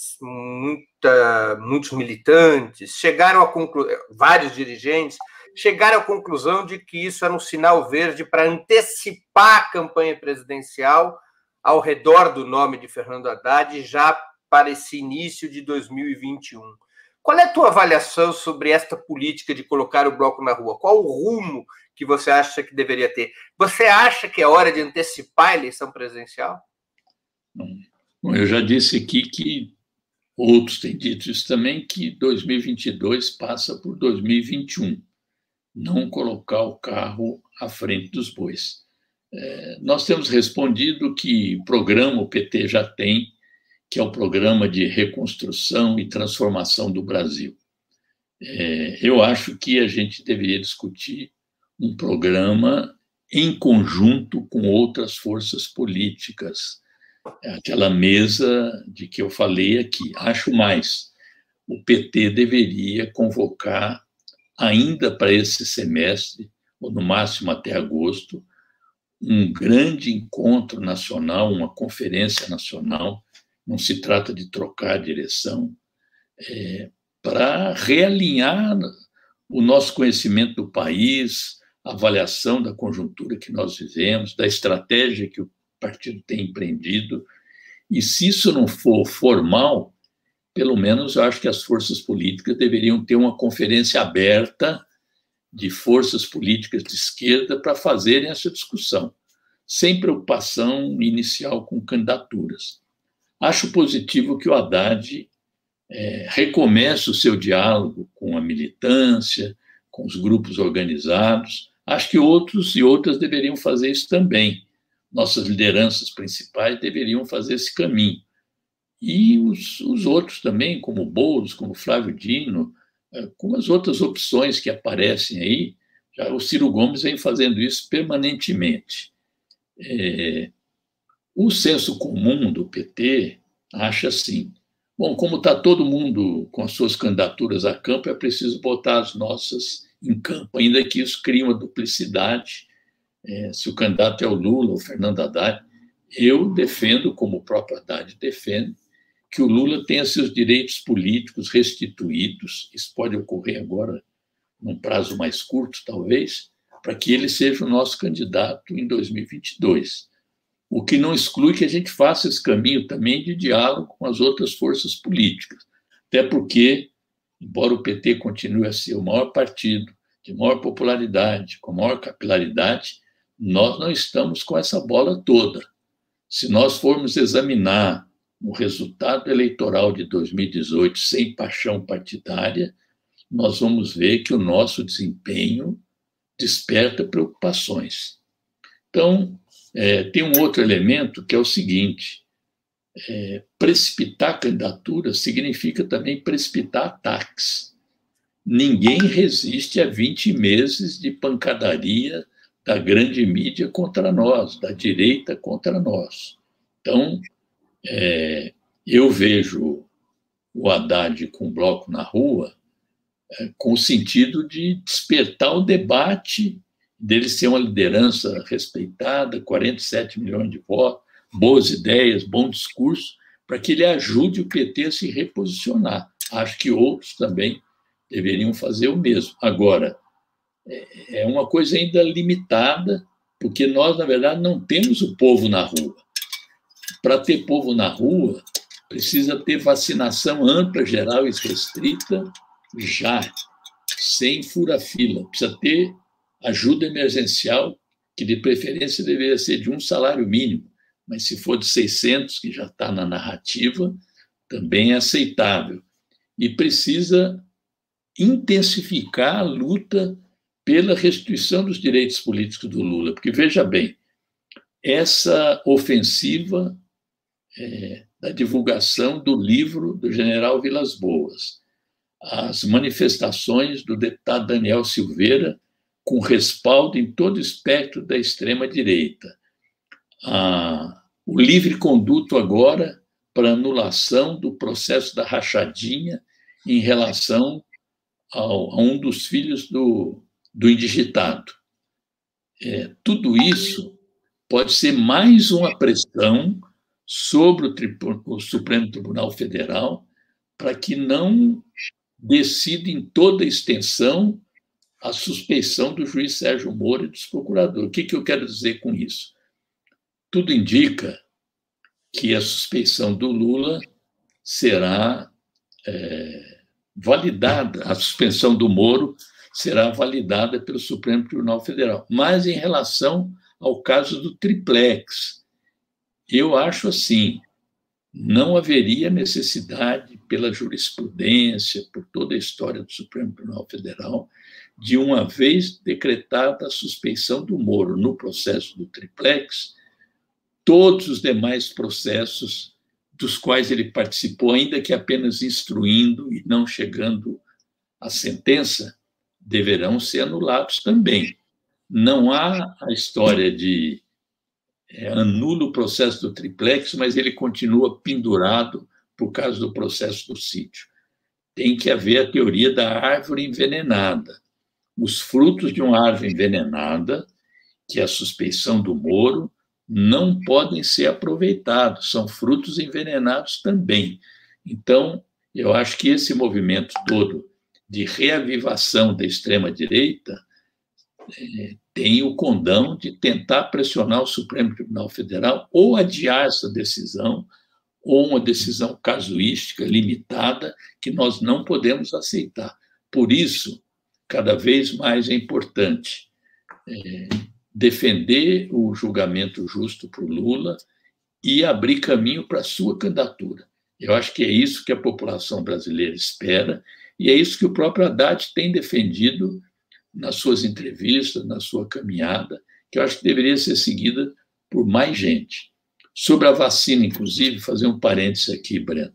Speaker 2: muita, muitos militantes, chegaram a concluir, vários dirigentes, chegaram à conclusão de que isso era um sinal verde para antecipar a campanha presidencial ao redor do nome de Fernando Haddad já para esse início de dois mil e vinte e um. Qual é a tua avaliação sobre esta política de colocar o bloco na rua? Qual o rumo que você acha que deveria ter. Você acha que é hora de antecipar a eleição presidencial?
Speaker 3: Bom, eu já disse aqui que outros têm dito isso também, que dois mil e vinte e dois passa por dois mil e vinte e um. Não colocar o carro à frente dos bois. É, nós temos respondido que o programa o P T já tem, que é o Programa de Reconstrução e Transformação do Brasil. É, eu acho que a gente deveria discutir um programa em conjunto com outras forças políticas. Aquela mesa de que eu falei aqui. Acho mais, o P T deveria convocar, ainda para esse semestre, ou no máximo até agosto, um grande encontro nacional, uma conferência nacional, não se trata de trocar a direção, é, para realinhar o nosso conhecimento do país, a avaliação da conjuntura que nós vivemos, da estratégia que o partido tem empreendido. E se isso não for formal, pelo menos eu acho que as forças políticas deveriam ter uma conferência aberta de forças políticas de esquerda para fazerem essa discussão, sem preocupação inicial com candidaturas. Acho positivo que o Haddad é, recomece o seu diálogo com a militância, com os grupos organizados. Acho que outros e outras deveriam fazer isso também. Nossas lideranças principais deveriam fazer esse caminho. E os, os outros também, como Boulos, como Flávio Dino, com as outras opções que aparecem aí, já o Ciro Gomes vem fazendo isso permanentemente. É, o senso comum do P T acha assim, bom, como está todo mundo com as suas candidaturas a campo, é preciso botar as nossas em campo, ainda que isso crie uma duplicidade. É, se o candidato é o Lula ou o Fernando Haddad, eu defendo, como o próprio Haddad defende, que o Lula tenha seus direitos políticos restituídos, isso pode ocorrer agora num prazo mais curto, talvez, para que ele seja o nosso candidato em dois mil e vinte e dois. O que não exclui que a gente faça esse caminho também de diálogo com as outras forças políticas, até porque, embora o P T continue a ser o maior partido, de maior popularidade, com maior capilaridade, nós não estamos com essa bola toda. Se nós formos examinar o resultado eleitoral de dois mil e dezoito sem paixão partidária, nós vamos ver que o nosso desempenho desperta preocupações. Então, é, tem um outro elemento que é o seguinte, é, precipitar candidatura significa também precipitar ataques. Ninguém resiste a vinte meses de pancadaria da grande mídia contra nós, da direita contra nós. Então, É, eu vejo o Haddad com o bloco na rua é, com o sentido de despertar o debate, dele ser uma liderança respeitada, quarenta e sete milhões de votos, boas ideias, bom discurso, para que ele ajude o P T a se reposicionar. Acho que outros também deveriam fazer o mesmo. Agora, é uma coisa ainda limitada, porque nós, na verdade, não temos o povo na rua. Para ter povo na rua, precisa ter vacinação ampla, geral e restrita já, sem fura-fila. Precisa ter ajuda emergencial, que de preferência deveria ser de um salário mínimo, mas se for de seiscentos, que já está na narrativa, também é aceitável. E precisa intensificar a luta pela restituição dos direitos políticos do Lula, porque, veja bem, essa ofensiva é, da divulgação do livro do general Vilas Boas, as manifestações do deputado Daniel Silveira, com respaldo em todo o espectro da extrema-direita, a, o livre conduto agora para anulação do processo da rachadinha em relação ao, a um dos filhos do, do indigitado. É, tudo isso pode ser mais uma pressão sobre o, Tribu- o Supremo Tribunal Federal para que não decida em toda a extensão a suspeição do juiz Sérgio Moro e dos procuradores. O que, que eu quero dizer com isso? Tudo indica que a suspeição do Lula será é, validada, a suspensão do Moro será validada pelo Supremo Tribunal Federal. Mas em relação ao caso do triplex, eu acho assim, não haveria necessidade, pela jurisprudência, por toda a história do Supremo Tribunal Federal, de uma vez decretada a suspeição do Moro no processo do triplex, todos os demais processos dos quais ele participou, ainda que apenas instruindo e não chegando à sentença, deverão ser anulados também. Não há a história de é, anula o processo do triplex, mas ele continua pendurado por causa do processo do sítio. Tem que haver a teoria da árvore envenenada. Os frutos de uma árvore envenenada, que é a suspeição do Moro, não podem ser aproveitados, são frutos envenenados também. Então, eu acho que esse movimento todo de reavivação da extrema-direita é, tem o condão de tentar pressionar o Supremo Tribunal Federal ou adiar essa decisão, ou uma decisão casuística, limitada, que nós não podemos aceitar. Por isso, cada vez mais é importante é, defender o julgamento justo para o Lula e abrir caminho para a sua candidatura. Eu acho que é isso que a população brasileira espera e é isso que o próprio Haddad tem defendido nas suas entrevistas, na sua caminhada, que eu acho que deveria ser seguida por mais gente. Sobre a vacina, inclusive, fazer um parênteses aqui, Breno,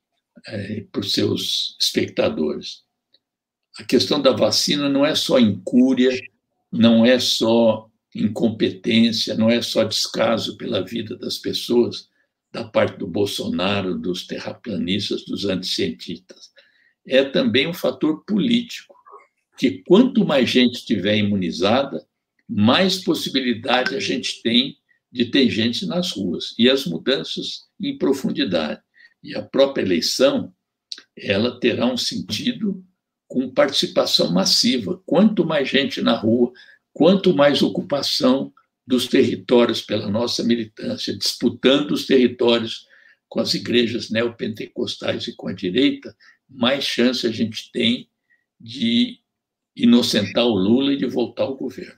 Speaker 3: é, para os seus espectadores. A questão da vacina não é só incúria, não é só incompetência, não é só descaso pela vida das pessoas, da parte do Bolsonaro, dos terraplanistas, dos anticientistas. É também um fator político, que quanto mais gente estiver imunizada, mais possibilidade a gente tem de ter gente nas ruas. E as mudanças em profundidade. E a própria eleição, ela terá um sentido com participação massiva. Quanto mais gente na rua, quanto mais ocupação dos territórios pela nossa militância, disputando os territórios com as igrejas neopentecostais e com a direita, mais chance a gente tem de inocentar o Lula e de voltar ao governo.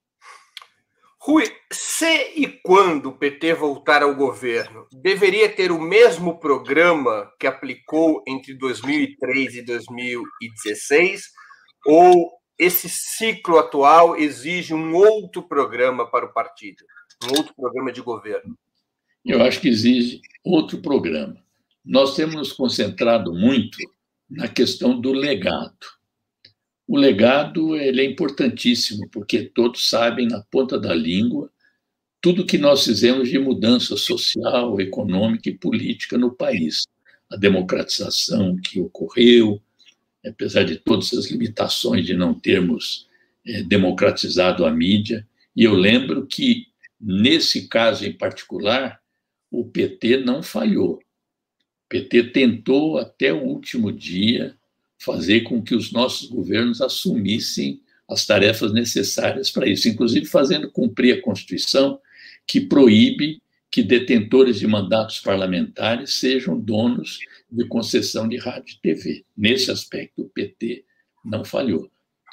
Speaker 2: Rui, se e quando o P T voltar ao governo, deveria ter o mesmo programa que aplicou entre dois mil e três e dois mil e dezesseis, ou esse ciclo atual exige um outro programa para o partido, um outro programa de governo?
Speaker 3: Eu acho que exige outro programa. Nós temos nos concentrado muito na questão do legado. O legado ele é importantíssimo, porque todos sabem, na ponta da língua, tudo que nós fizemos de mudança social, econômica e política no país. A democratização que ocorreu, apesar de todas as limitações de não termos é, democratizado a mídia. E eu lembro que, nesse caso em particular, o P T não falhou. O P T tentou, até o último dia, fazer com que os nossos governos assumissem as tarefas necessárias para isso, inclusive fazendo cumprir a Constituição, que proíbe que detentores de mandatos parlamentares sejam donos de concessão de rádio e T V. Nesse aspecto, o P T não falhou.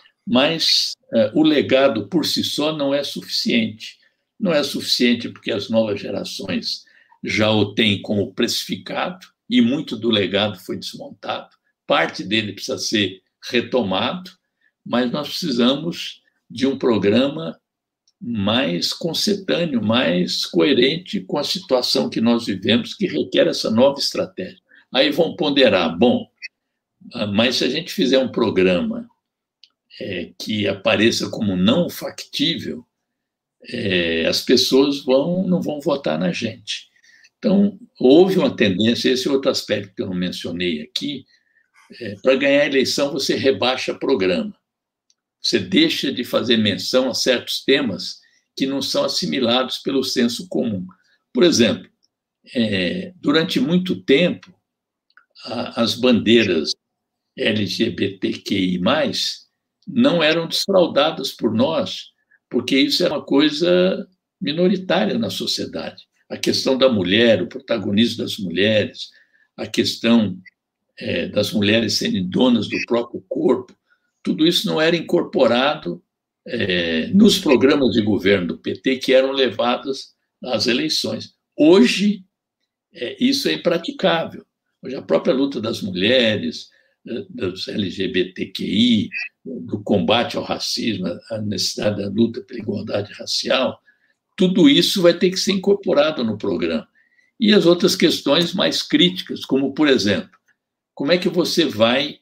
Speaker 3: Mas uh, o legado por si só não é suficiente. Não é suficiente porque as novas gerações já o têm como precificado e muito do legado foi desmontado. Parte dele precisa ser retomado, mas nós precisamos de um programa mais concetâneo, mais coerente com a situação que nós vivemos, que requer essa nova estratégia. Aí vão ponderar, bom, mas se a gente fizer um programa é, que apareça como não factível, é, as pessoas vão, não vão votar na gente. Então, houve uma tendência, esse é outro aspecto que eu não mencionei aqui, é, para ganhar a eleição você rebaixa programa. Você deixa de fazer menção a certos temas que não são assimilados pelo senso comum. Por exemplo, é, durante muito tempo, a, as bandeiras L G B T Q I mais, não eram desfraudadas por nós, porque isso é uma coisa minoritária na sociedade. A questão da mulher, o protagonismo das mulheres, a questão é, das mulheres serem donas do próprio corpo, tudo isso não era incorporado é, nos programas de governo do P T que eram levados às eleições. Hoje, é, isso é impraticável. Hoje, a própria luta das mulheres, dos L G B T Q I, do combate ao racismo, a necessidade da luta pela igualdade racial, tudo isso vai ter que ser incorporado no programa. E as outras questões mais críticas, como, por exemplo, como é que você vai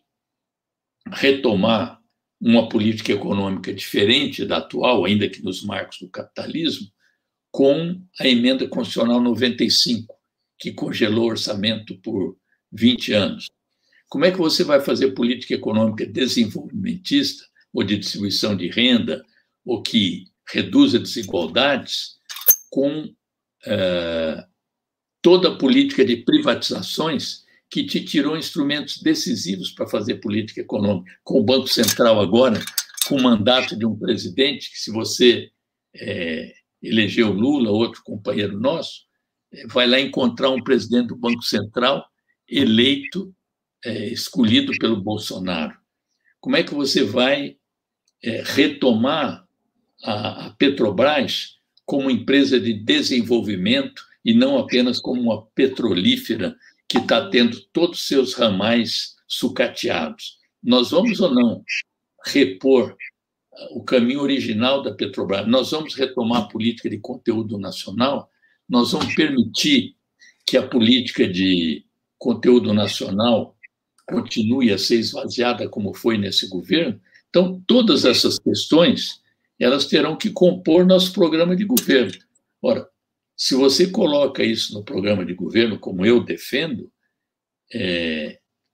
Speaker 3: retomar uma política econômica diferente da atual, ainda que nos marcos do capitalismo, com a emenda constitucional noventa e cinco, que congelou o orçamento por vinte anos. Como é que você vai fazer política econômica desenvolvimentista, ou de distribuição de renda, ou que reduza desigualdades, com uh, toda a política de privatizações que te tirou instrumentos decisivos para fazer política econômica, com o Banco Central agora, com o mandato de um presidente, que se você é, elegeu Lula, outro companheiro nosso, é, vai lá encontrar um presidente do Banco Central eleito, é, escolhido pelo Bolsonaro. Como é que você vai é, retomar a, a Petrobras como empresa de desenvolvimento e não apenas como uma petrolífera que está tendo todos os seus ramais sucateados? Nós vamos ou não repor o caminho original da Petrobras? Nós vamos retomar a política de conteúdo nacional? Nós vamos permitir que a política de conteúdo nacional continue a ser esvaziada como foi nesse governo? Então, todas essas questões, elas terão que compor nosso programa de governo. Ora, se você coloca isso no programa de governo, como eu defendo, é,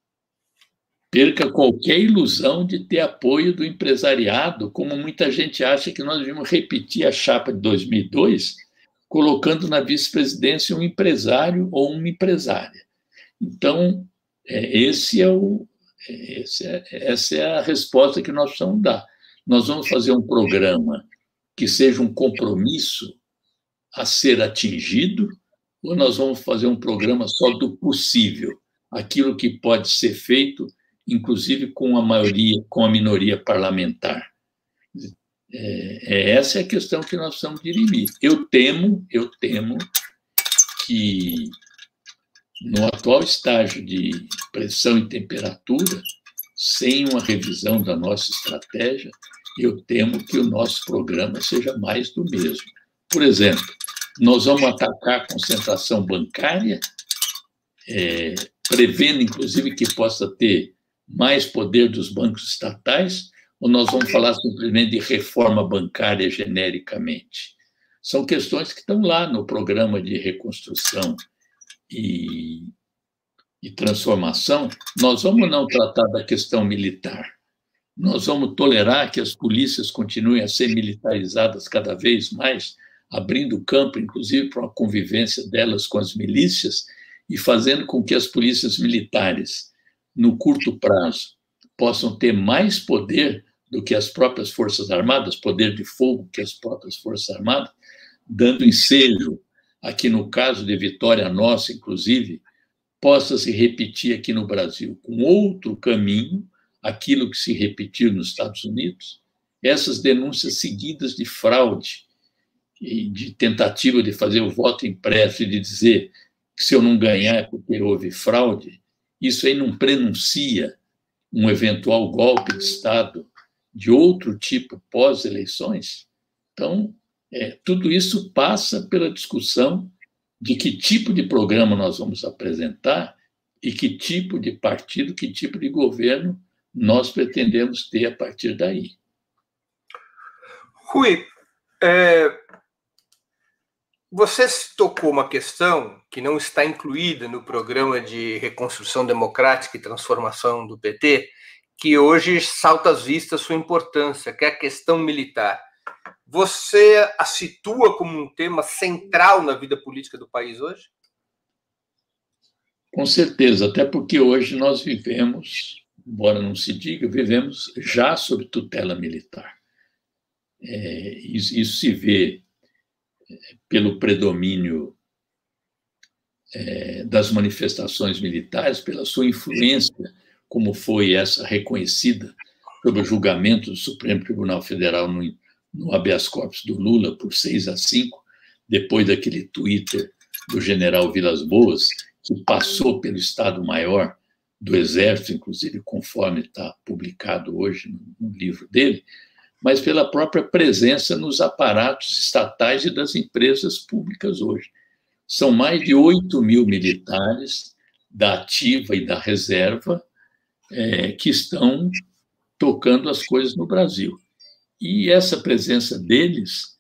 Speaker 3: perca qualquer ilusão de ter apoio do empresariado, como muita gente acha que nós devíamos repetir a chapa de dois mil e dois, colocando na vice-presidência um empresário ou uma empresária. Então, é, esse é o, esse é, essa é a resposta que nós precisamos dar. Nós vamos fazer um programa que seja um compromisso a ser atingido, ou nós vamos fazer um programa só do possível, aquilo que pode ser feito, inclusive com a maioria, com a minoria parlamentar? É, essa é a questão que nós precisamos dirimir. Eu temo, eu temo que no atual estágio de pressão e temperatura, sem uma revisão da nossa estratégia, eu temo que o nosso programa seja mais do mesmo. Por exemplo, nós vamos atacar a concentração bancária, é, prevendo, inclusive, que possa ter mais poder dos bancos estatais, ou nós vamos falar simplesmente de reforma bancária genericamente? São questões que estão lá no programa de reconstrução e, e transformação. Nós vamos não tratar da questão militar. Nós vamos tolerar que as polícias continuem a ser militarizadas cada vez mais, abrindo campo, inclusive, para uma convivência delas com as milícias e fazendo com que as polícias militares, no curto prazo, possam ter mais poder do que as próprias Forças Armadas, poder de fogo que as próprias Forças Armadas, dando ensejo a que, no caso de vitória nossa, inclusive, possa se repetir aqui no Brasil, com outro caminho, aquilo que se repetiu nos Estados Unidos, essas denúncias seguidas de fraude, e de tentativa de fazer o voto impresso e de dizer que se eu não ganhar é porque houve fraude, isso aí não prenuncia um eventual golpe de Estado de outro tipo pós-eleições? Então, é, tudo isso passa pela discussão de que tipo de programa nós vamos apresentar e que tipo de partido, que tipo de governo nós pretendemos ter a partir daí.
Speaker 2: Rui, é... você tocou uma questão que não está incluída no programa de reconstrução democrática e transformação do P T, que hoje salta às vistas sua importância, que é a questão militar. Você a situa como um tema central na vida política do país hoje?
Speaker 3: Com certeza, até porque hoje nós vivemos, embora não se diga, vivemos já sob tutela militar. É, isso, isso se vê pelo predomínio é, das manifestações militares, pela sua influência, como foi essa reconhecida sobre o julgamento do Supremo Tribunal Federal no, no habeas corpus do Lula por seis a cinco, depois daquele Twitter do general Vilas Boas, que passou pelo Estado-Maior do Exército, inclusive conforme está publicado hoje no livro dele, mas pela própria presença nos aparatos estatais e das empresas públicas hoje. São mais de oito mil militares da ativa e da reserva é, que estão tocando as coisas no Brasil. E essa presença deles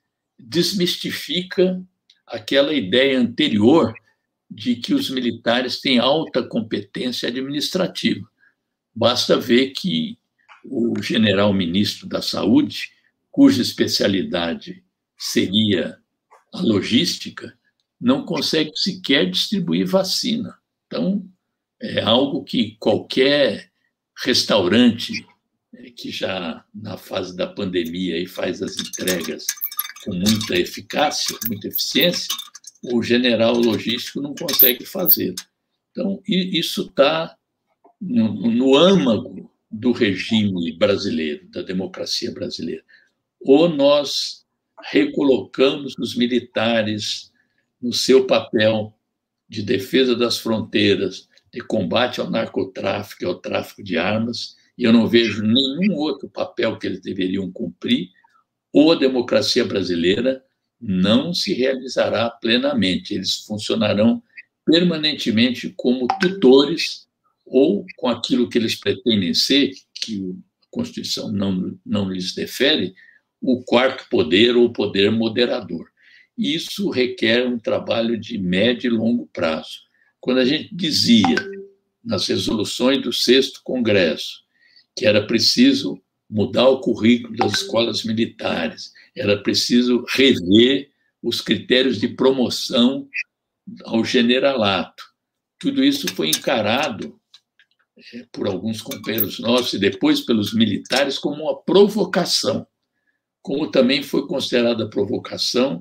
Speaker 3: desmistifica aquela ideia anterior de que os militares têm alta competência administrativa. Basta ver que o general-ministro da Saúde, cuja especialidade seria a logística, não consegue sequer distribuir vacina. Então, é algo que qualquer restaurante que já na fase da pandemia e faz as entregas com muita eficácia, muita eficiência, o general logístico não consegue fazer. Então, isso está no, no âmago do regime brasileiro, da democracia brasileira. Ou nós recolocamos os militares no seu papel de defesa das fronteiras, de combate ao narcotráfico e ao tráfico de armas, e eu não vejo nenhum outro papel que eles deveriam cumprir, ou a democracia brasileira não se realizará plenamente. Eles funcionarão permanentemente como tutores ou com aquilo que eles pretendem ser, que a Constituição não, não lhes defere, o quarto poder ou poder moderador. Isso requer um trabalho de médio e longo prazo. Quando a gente dizia, nas resoluções do sexto Congresso, que era preciso mudar o currículo das escolas militares, era preciso rever os critérios de promoção ao generalato. Tudo isso foi encarado é, por alguns companheiros nossos e depois pelos militares como uma provocação, como também foi considerada provocação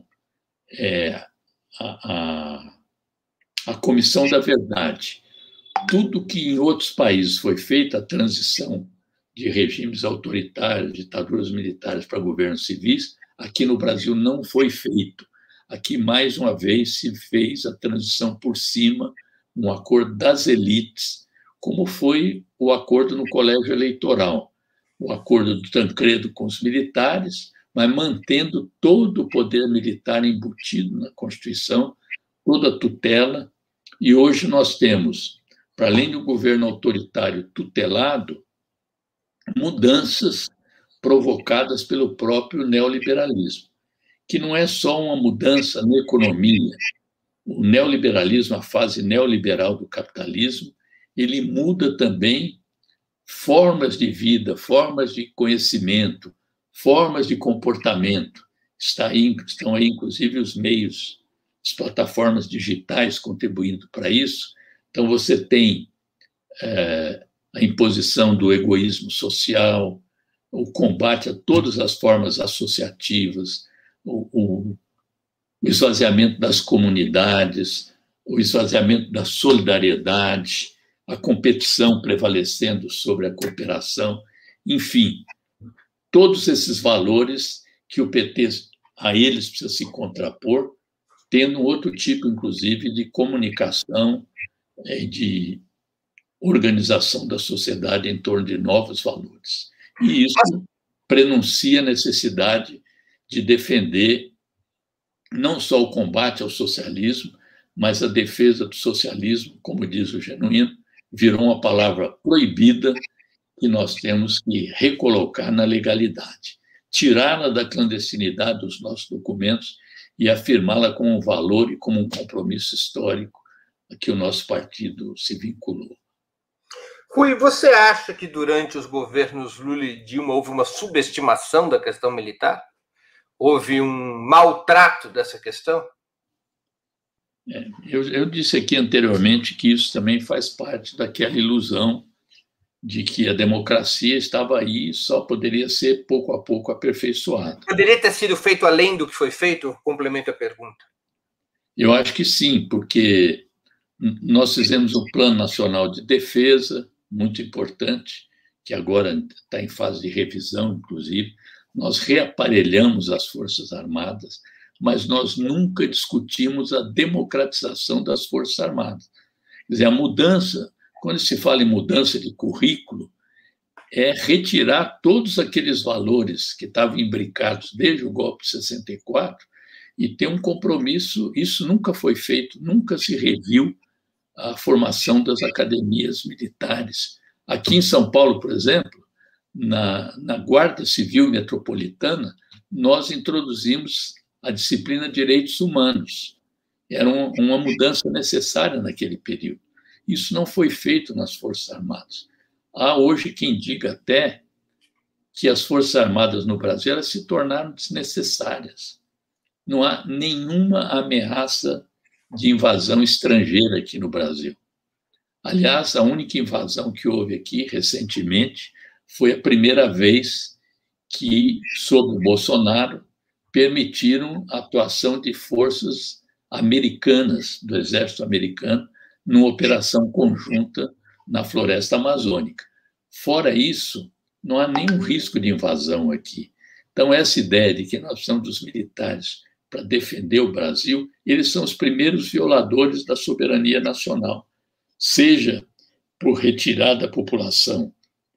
Speaker 3: é, a, a, a Comissão da Verdade. Tudo que em outros países foi feito, a transição de regimes autoritários, ditaduras militares para governos civis, aqui no Brasil não foi feito. Aqui, mais uma vez, se fez a transição por cima, um acordo das elites, como foi o acordo no colégio eleitoral, o acordo do Tancredo com os militares, mas mantendo todo o poder militar embutido na Constituição, toda a tutela. E hoje nós temos, para além do governo autoritário tutelado, mudanças provocadas pelo próprio neoliberalismo, que não é só uma mudança na economia. O neoliberalismo, a fase neoliberal do capitalismo, ele muda também formas de vida, formas de conhecimento, formas de comportamento. Está aí, estão aí, inclusive, os meios, as plataformas digitais contribuindo para isso. Então, você tem é, a imposição do egoísmo social, o combate a todas as formas associativas, o, o esvaziamento das comunidades, o esvaziamento da solidariedade, a competição prevalecendo sobre a cooperação, enfim, todos esses valores que o P T, a eles precisa se contrapor, tendo outro tipo, inclusive, de comunicação, de organização da sociedade em torno de novos valores. E isso prenuncia a necessidade de defender não só o combate ao socialismo, mas a defesa do socialismo, como diz o Genuíno, virou uma palavra proibida que nós temos que recolocar na legalidade, tirá-la da clandestinidade dos nossos documentos e afirmá-la como um valor e como um compromisso histórico a que o nosso partido se vinculou.
Speaker 2: Rui, você acha que durante os governos Lula e Dilma houve uma subestimação da questão militar? Houve um maltrato dessa questão?
Speaker 3: É, eu, eu disse aqui anteriormente que isso também faz parte daquela ilusão de que a democracia estava aí e só poderia ser pouco a pouco aperfeiçoada.
Speaker 2: Poderia ter sido feito além do que foi feito? Complemento a pergunta.
Speaker 3: Eu acho que sim, porque nós fizemos um Plano Nacional de Defesa, muito importante, que agora está em fase de revisão, inclusive, nós reaparelhamos as Forças Armadas, mas nós nunca discutimos a democratização das Forças Armadas. Quer dizer, a mudança, quando se fala em mudança de currículo, é retirar todos aqueles valores que estavam imbricados desde o golpe de sessenta e quatro e ter um compromisso. Isso nunca foi feito, nunca se reviu a formação das academias militares. Aqui em São Paulo, por exemplo, na, na Guarda Civil Metropolitana, nós introduzimos a disciplina de Direitos Humanos. Era um, uma mudança necessária naquele período. Isso não foi feito nas Forças Armadas. Há hoje quem diga até que as Forças Armadas no Brasil elas se tornaram desnecessárias. Não há nenhuma ameaça de invasão estrangeira aqui no Brasil. Aliás, a única invasão que houve aqui recentemente foi a primeira vez que, sob o Bolsonaro, permitiram a atuação de forças americanas, do exército americano, numa operação conjunta na floresta amazônica. Fora isso, não há nenhum risco de invasão aqui. Então, essa ideia de que nós precisamos dos militares para defender o Brasil, eles são os primeiros violadores da soberania nacional, seja por retirar da população,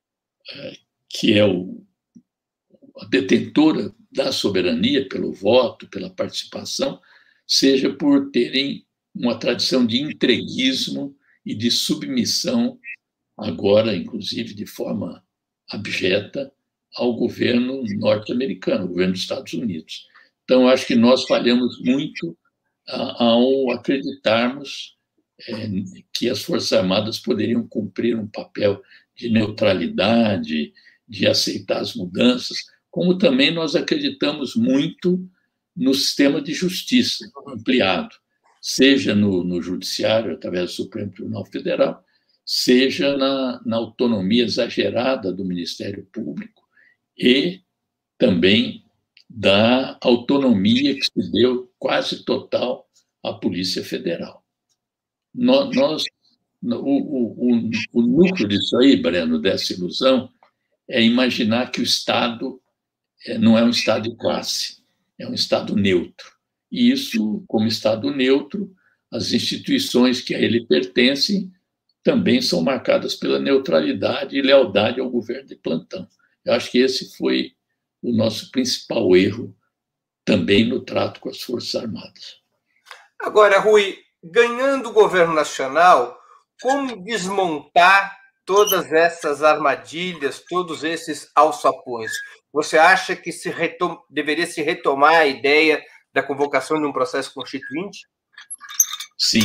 Speaker 3: que é o, a detentora da soberania pelo voto, pela participação, seja por terem uma tradição de entreguismo e de submissão, agora, inclusive, de forma abjeta, ao governo norte-americano, ao governo dos Estados Unidos. Então, acho que nós falhamos muito ao acreditarmos é, que as Forças Armadas poderiam cumprir um papel de neutralidade, de aceitar as mudanças, como também nós acreditamos muito no sistema de justiça ampliado, seja no, no judiciário, através do Supremo Tribunal Federal, seja na, na autonomia exagerada do Ministério Público e também da autonomia que se deu quase total à Polícia Federal. Nós, nós, o, o, o núcleo disso aí, Breno, dessa ilusão, é imaginar que o Estado não é um Estado de classe, é um Estado neutro. E isso, como Estado neutro, as instituições que a ele pertencem também são marcadas pela neutralidade e lealdade ao governo de plantão. Eu acho que esse foi o nosso principal erro também no trato com as Forças Armadas.
Speaker 2: Agora, Rui, ganhando o governo nacional, como desmontar todas essas armadilhas, todos esses alçapões? Você acha que se retom- deveria se retomar a ideia da convocação de um processo constituinte?
Speaker 3: Sim.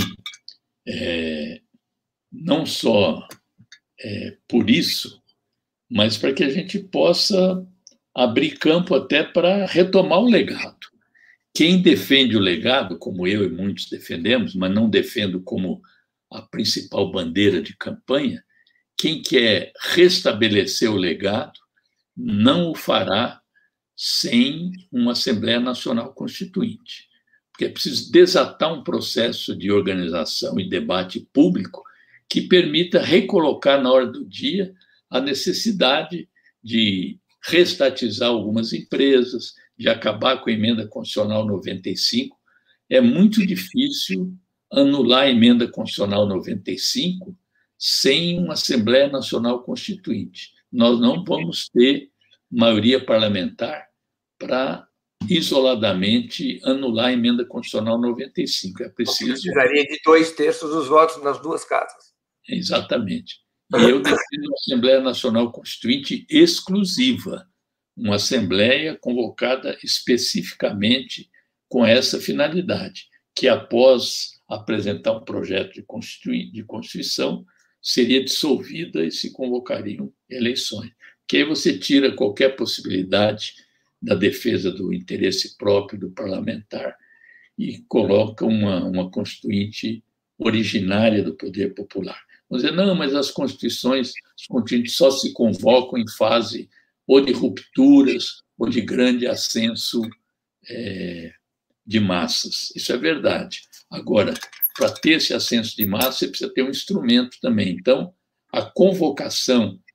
Speaker 3: É, não só é, por isso, mas para que a gente possa abrir campo até para retomar o legado. Quem defende o legado, como eu e muitos defendemos, mas não defendo como a principal bandeira de campanha, quem quer restabelecer o legado não o fará sem uma Assembleia Nacional Constituinte, porque é preciso desatar um processo de organização e debate público que permita recolocar na hora do dia a necessidade de reestatizar algumas empresas, de acabar com a Emenda Constitucional noventa e cinco. É muito difícil anular a Emenda Constitucional noventa e cinco sem uma Assembleia Nacional Constituinte. Nós não vamos ter maioria parlamentar para isoladamente anular a Emenda Constitucional noventa e cinco. É preciso...
Speaker 2: Precisaria de dois terços dos votos nas duas casas.
Speaker 3: Exatamente. E eu defendo uma Assembleia Nacional Constituinte exclusiva, uma Assembleia convocada especificamente com essa finalidade, que após apresentar um projeto de, Constitui- de Constituição, seria dissolvida e se convocariam eleições. Que aí você tira qualquer possibilidade da defesa do interesse próprio do parlamentar e coloca uma, uma Constituinte originária do poder popular. Vamos dizer, não, mas as constituições, as constituintes só se convocam em fase ou de rupturas ou de grande ascenso é, de massas. Isso é verdade. Agora, para ter esse ascenso de massa, você precisa ter um instrumento também. Então, a convocação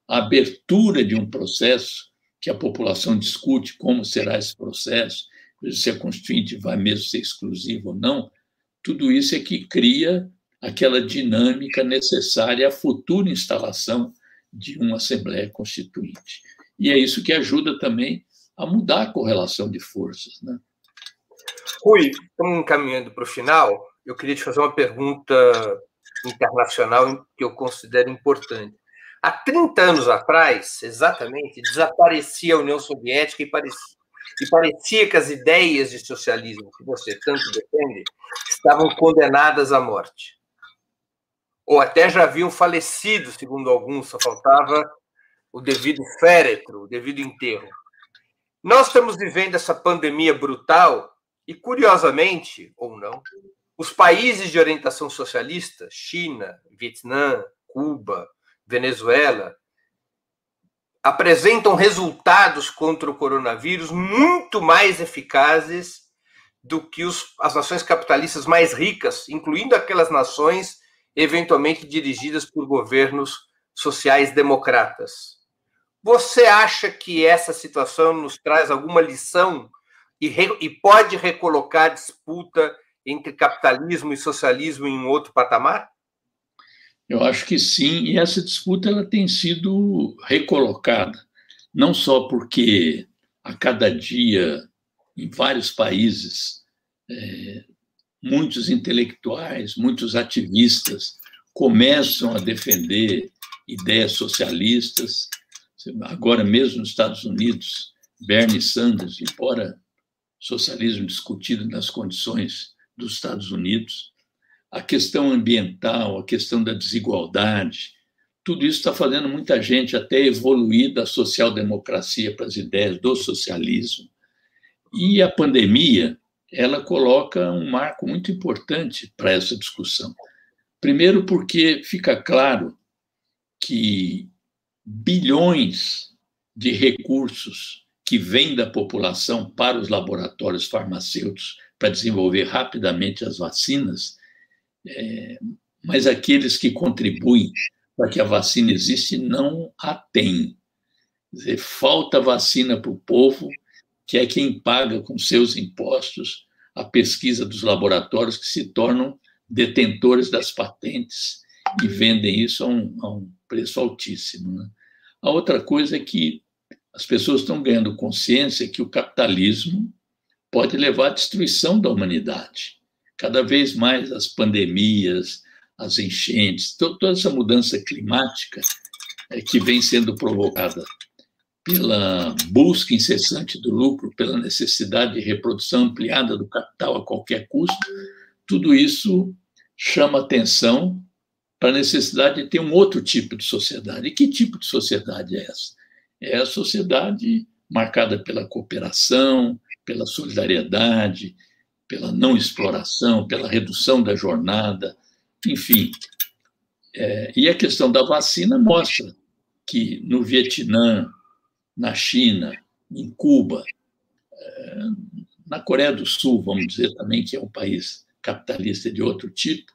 Speaker 3: a abertura de um processo que a população discute como será esse processo, se a Constituinte vai mesmo ser exclusiva ou não, tudo isso é que cria aquela dinâmica necessária à futura instalação de uma Assembleia Constituinte. E é isso que ajuda também a mudar a correlação de forças, né?
Speaker 2: Rui, estamos caminhando para o final. Eu queria te fazer uma pergunta internacional que eu considero importante. Há trinta anos atrás, exatamente, desaparecia a União Soviética e parecia, e parecia que as ideias de socialismo que você tanto defende estavam condenadas à morte. Ou até já haviam falecido, segundo alguns, só faltava o devido féretro, o devido enterro. Nós estamos vivendo essa pandemia brutal e, curiosamente, ou não, os países de orientação socialista, China, Vietnã, Cuba, Venezuela, apresentam resultados contra o coronavírus muito mais eficazes do que os, as nações capitalistas mais ricas, incluindo aquelas nações eventualmente dirigidas por governos sociais democratas. Você acha que essa situação nos traz alguma lição e, re, e pode recolocar a disputa entre capitalismo e socialismo em um outro patamar?
Speaker 3: Eu acho que sim, e essa disputa ela tem sido recolocada, não só porque a cada dia, em vários países, é, muitos intelectuais, muitos ativistas começam a defender ideias socialistas. Agora mesmo nos Estados Unidos, Bernie Sanders, embora socialismo discutido nas condições dos Estados Unidos, a questão ambiental, a questão da desigualdade, tudo isso está fazendo muita gente até evoluir da social-democracia para as ideias do socialismo. E a pandemia, ela coloca um marco muito importante para essa discussão. Primeiro porque fica claro que bilhões de recursos que vêm da população para os laboratórios farmacêuticos para desenvolver rapidamente as vacinas, é, mas aqueles que contribuem para que a vacina exista não a têm. Quer dizer, falta vacina para o povo, que é quem paga com seus impostos a pesquisa dos laboratórios que se tornam detentores das patentes e vendem isso a um, a um preço altíssimo, né? A outra coisa é que as pessoas estão ganhando consciência que o capitalismo pode levar à destruição da humanidade. Cada vez mais as pandemias, as enchentes, toda essa mudança climática é, que vem sendo provocada pela busca incessante do lucro, pela necessidade de reprodução ampliada do capital a qualquer custo, tudo isso chama atenção para a necessidade de ter um outro tipo de sociedade. E que tipo de sociedade é essa? É a sociedade marcada pela cooperação, pela solidariedade, pela não exploração, pela redução da jornada, enfim. É, e a questão da vacina mostra que no Vietnã, na China, em Cuba, é, na Coreia do Sul, vamos dizer também, que é um país capitalista de outro tipo,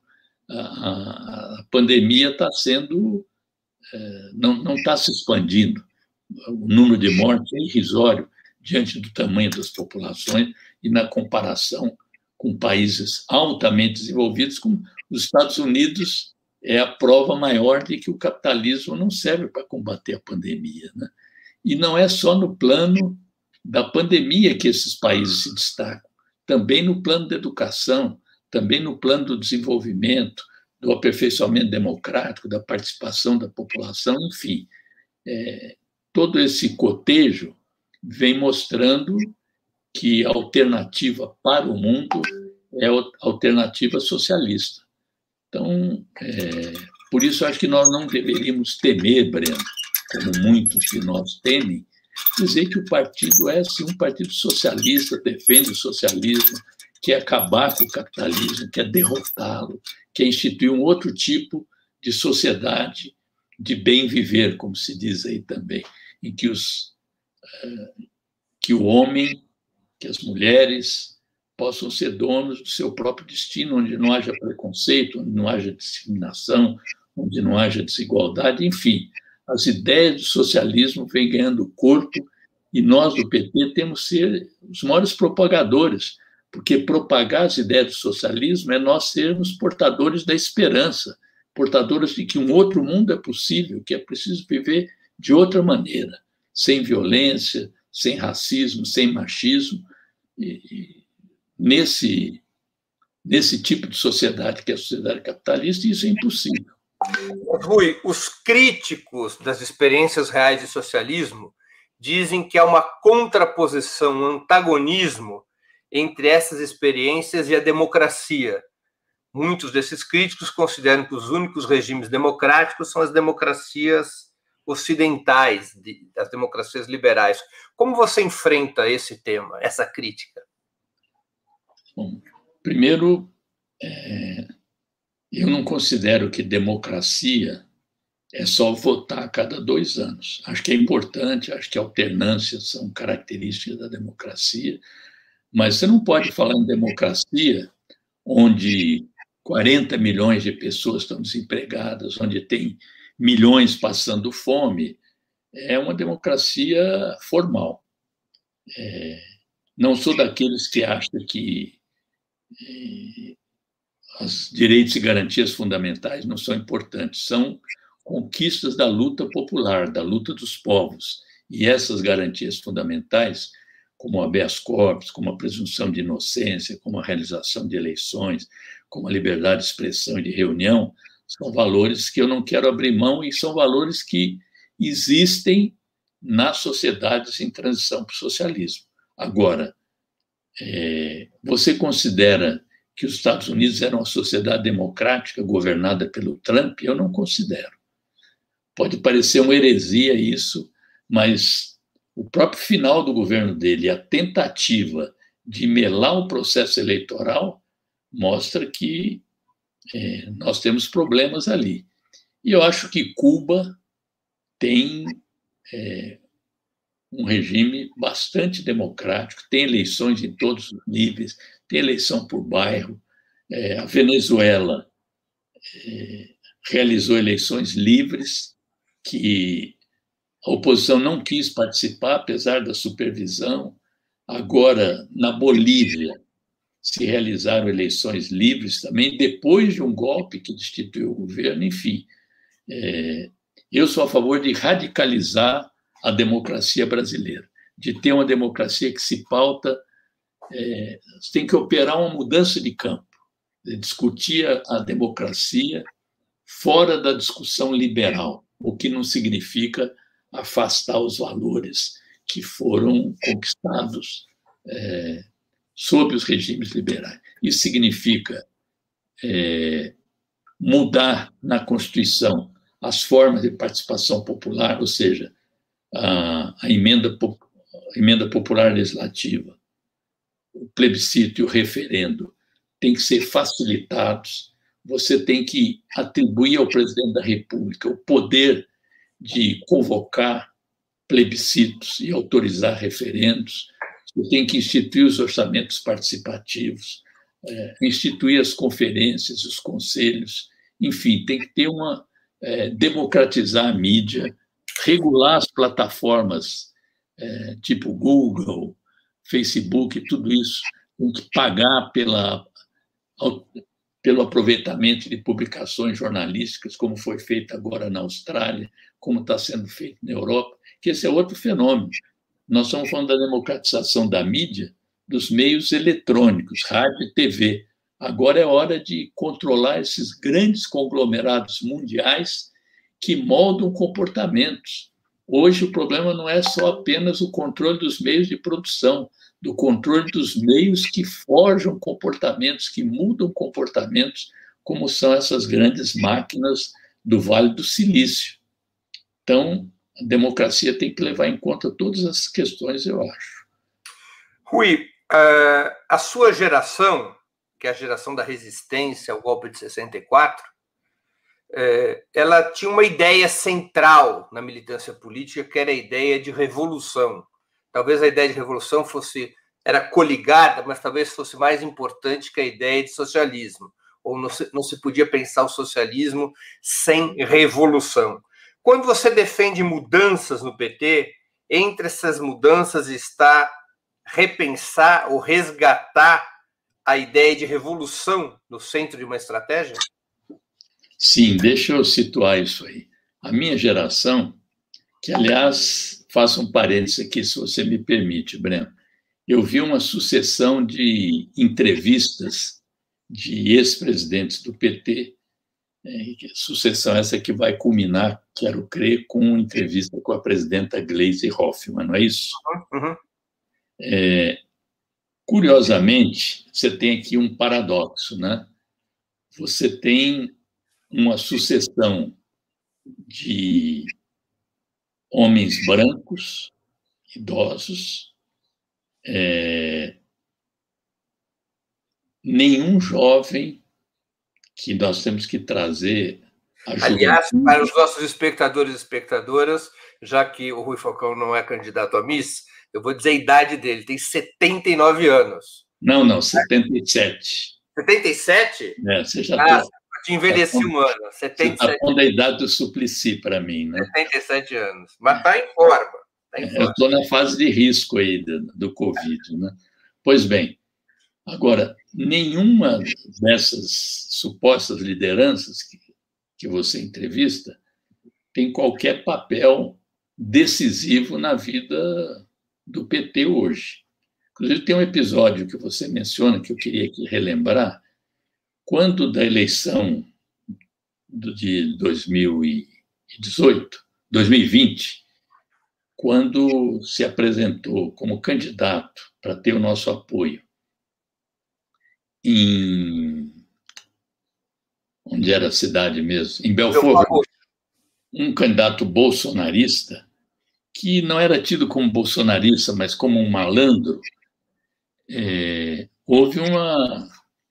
Speaker 3: a, a pandemia está sendo, é, não está se expandindo. O número de mortes é irrisório diante do tamanho das populações e na comparação com países altamente desenvolvidos, como os Estados Unidos, é a prova maior de que o capitalismo não serve para combater a pandemia, né? E não é só no plano da pandemia que esses países se destacam, também no plano da educação, também no plano do desenvolvimento, do aperfeiçoamento democrático, da participação da população, enfim. É, todo esse cotejo vem mostrando que a alternativa para o mundo é a alternativa socialista. Então, é, por isso, acho que nós não deveríamos temer, Breno, como muitos de nós temem, dizer que o partido é, sim, um partido socialista, defende o socialismo, quer acabar com o capitalismo, quer derrotá-lo, quer instituir um outro tipo de sociedade de bem viver, como se diz aí também, em que, os, que o homem, que as mulheres possam ser donos do seu próprio destino, onde não haja preconceito, onde não haja discriminação, onde não haja desigualdade, enfim. as ideias do socialismo vêm ganhando corpo e nós, do P T, temos que ser os maiores propagadores, porque propagar as ideias do socialismo é nós sermos portadores da esperança, portadores de que um outro mundo é possível, que é preciso viver de outra maneira, sem violência, sem racismo, sem machismo. E, e nesse, nesse tipo de sociedade que é a sociedade capitalista, isso é impossível.
Speaker 2: Rui, os críticos das experiências reais de socialismo dizem que há uma contraposição, um antagonismo entre essas experiências e a democracia. Muitos desses críticos consideram que os únicos regimes democráticos são as democracias ocidentais, as democracias liberais. Como você enfrenta esse tema, essa crítica?
Speaker 3: Bom, primeiro, é, eu não considero que democracia é só votar a cada dois anos. Acho que é importante, acho que alternâncias são características da democracia, mas você não pode falar em democracia onde quarenta milhões de pessoas estão desempregadas, onde tem milhões passando fome. É uma democracia formal. É, não sou daqueles que acham que é, os direitos e garantias fundamentais não são importantes, são conquistas da luta popular, da luta dos povos. E essas garantias fundamentais, como o habeas corpus, como a presunção de inocência, como a realização de eleições, como a liberdade de expressão e de reunião, são valores que eu não quero abrir mão e são valores que existem nas sociedades em transição para o socialismo. Agora, é, você considera que os Estados Unidos eram uma sociedade democrática governada pelo Trump? Eu não considero. Pode parecer uma heresia isso, mas o próprio final do governo dele, a tentativa de melar o processo eleitoral, mostra que é, nós temos problemas ali. E eu acho que Cuba tem é, um regime bastante democrático, tem eleições em todos os níveis, tem eleição por bairro. É, a Venezuela é, realizou eleições livres, que a oposição não quis participar, apesar da supervisão. Agora, na Bolívia, se realizaram eleições livres também, depois de um golpe que destituiu o governo. Enfim, é, eu sou a favor de radicalizar a democracia brasileira, de ter uma democracia que se pauta, é, tem que operar uma mudança de campo, de discutir a, a democracia fora da discussão liberal, o que não significa afastar os valores que foram conquistados é, sob os regimes liberais. Isso significa é, mudar na Constituição as formas de participação popular, ou seja, a, a, emenda, a emenda popular legislativa, o plebiscito e o referendo têm que ser facilitados. Você tem que atribuir ao presidente da República o poder de convocar plebiscitos e autorizar referendos. Você tem que instituir os orçamentos participativos, é, instituir as conferências, os conselhos, enfim, tem que ter uma é, democratizar a mídia, regular as plataformas é, tipo Google, Facebook, tudo isso tem que pagar pela pelo aproveitamento de publicações jornalísticas, como foi feito agora na Austrália, como está sendo feito na Europa, que esse é outro fenômeno. Nós estamos falando da democratização da mídia, dos meios eletrônicos, rádio e T V. Agora é hora de controlar esses grandes conglomerados mundiais que moldam comportamentos. Hoje o problema não é só apenas o controle dos meios de produção, do controle dos meios que forjam comportamentos, que mudam comportamentos, como são essas grandes máquinas do Vale do Silício. Então, a democracia tem que levar em conta todas essas questões, eu acho.
Speaker 2: Rui, a sua geração, que é a geração da resistência ao golpe de sessenta e quatro, ela tinha uma ideia central na militância política, que era a ideia de revolução. Talvez a ideia de revolução fosse era coligada, mas talvez fosse mais importante que a ideia de socialismo. Ou não se, não se podia pensar o socialismo sem revolução. Quando você defende mudanças no P T, entre essas mudanças está repensar ou resgatar a ideia de revolução no centro de uma estratégia?
Speaker 3: Sim, deixa eu situar isso aí. A minha geração, que, aliás, faço um parênteses aqui, se você me permite, Breno, eu vi uma sucessão de entrevistas de ex-presidentes do P T, é, sucessão essa que vai culminar, quero crer, com uma entrevista com a presidenta Gleisi Hoffmann, não é isso?
Speaker 2: Uhum.
Speaker 3: É, curiosamente, você tem aqui um paradoxo, né? Você tem uma sucessão de homens brancos, idosos, é, nenhum jovem que nós temos que trazer a
Speaker 2: Aliás,
Speaker 3: juventude.
Speaker 2: para os nossos espectadores e espectadoras, já que o Rui Falcão não é candidato a Miss, eu vou dizer a idade dele, tem setenta e nove anos.
Speaker 3: Não, não, setenta e sete.
Speaker 2: setenta e sete?
Speaker 3: É, você já
Speaker 2: Ah,
Speaker 3: tá,
Speaker 2: te envelheci
Speaker 3: tá
Speaker 2: um ano.
Speaker 3: Você
Speaker 2: setenta e sete,
Speaker 3: está pondo a idade do Suplicy para mim, né?
Speaker 2: setenta e sete anos. Mas está em forma. Tá em
Speaker 3: É,
Speaker 2: forma.
Speaker 3: eu estou na fase de risco aí do, do Covid, né? Pois bem, agora, nenhuma dessas supostas lideranças que, que você entrevista tem qualquer papel decisivo na vida do P T hoje. Inclusive, tem um episódio que você menciona que eu queria aqui relembrar, quando da eleição de dois mil e dezoito, dois mil e vinte, quando se apresentou como candidato para ter o nosso apoio em... onde era a cidade mesmo? Em Belfort, um candidato bolsonarista, que não era tido como bolsonarista, mas como um malandro, é, houve uma,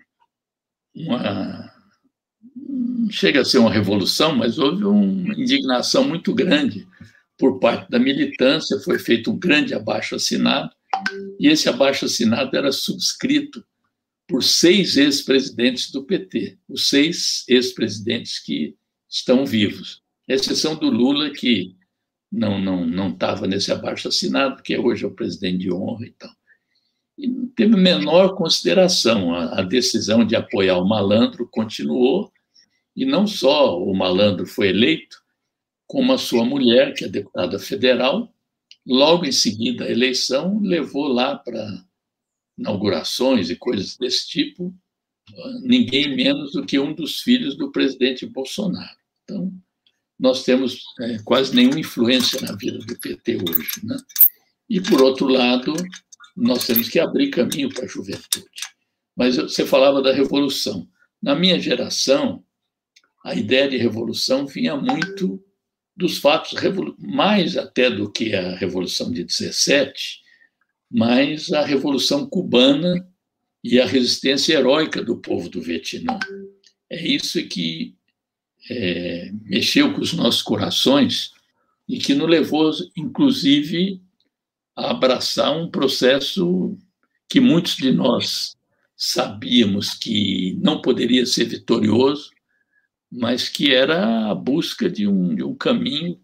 Speaker 3: uma... não chega a ser uma revolução, mas houve uma indignação muito grande por parte da militância, foi feito um grande abaixo-assinado, e esse abaixo-assinado era subscrito por seis ex-presidentes do P T, os seis ex-presidentes que estão vivos, exceção do Lula, que não não não estava nesse abaixo-assinado, porque hoje é o presidente de honra e tal. E não teve a menor consideração. A, a decisão de apoiar o malandro continuou, e não só o malandro foi eleito, como a sua mulher, que é deputada federal, logo em seguida à eleição, levou lá para inaugurações e coisas desse tipo, ninguém menos do que um dos filhos do presidente Bolsonaro. Então, nós temos é, quase nenhuma influência na vida do P T hoje, né? E, por outro lado, nós temos que abrir caminho para a juventude. Mas você falava da revolução. Na minha geração, a ideia de revolução vinha muito dos fatos, mais até do que a Revolução de dezessete, mas a Revolução Cubana e a resistência heróica do povo do Vietnã. É isso que é, mexeu com os nossos corações e que nos levou, inclusive, a abraçar um processo que muitos de nós sabíamos que não poderia ser vitorioso, mas que era a busca de um, de um caminho.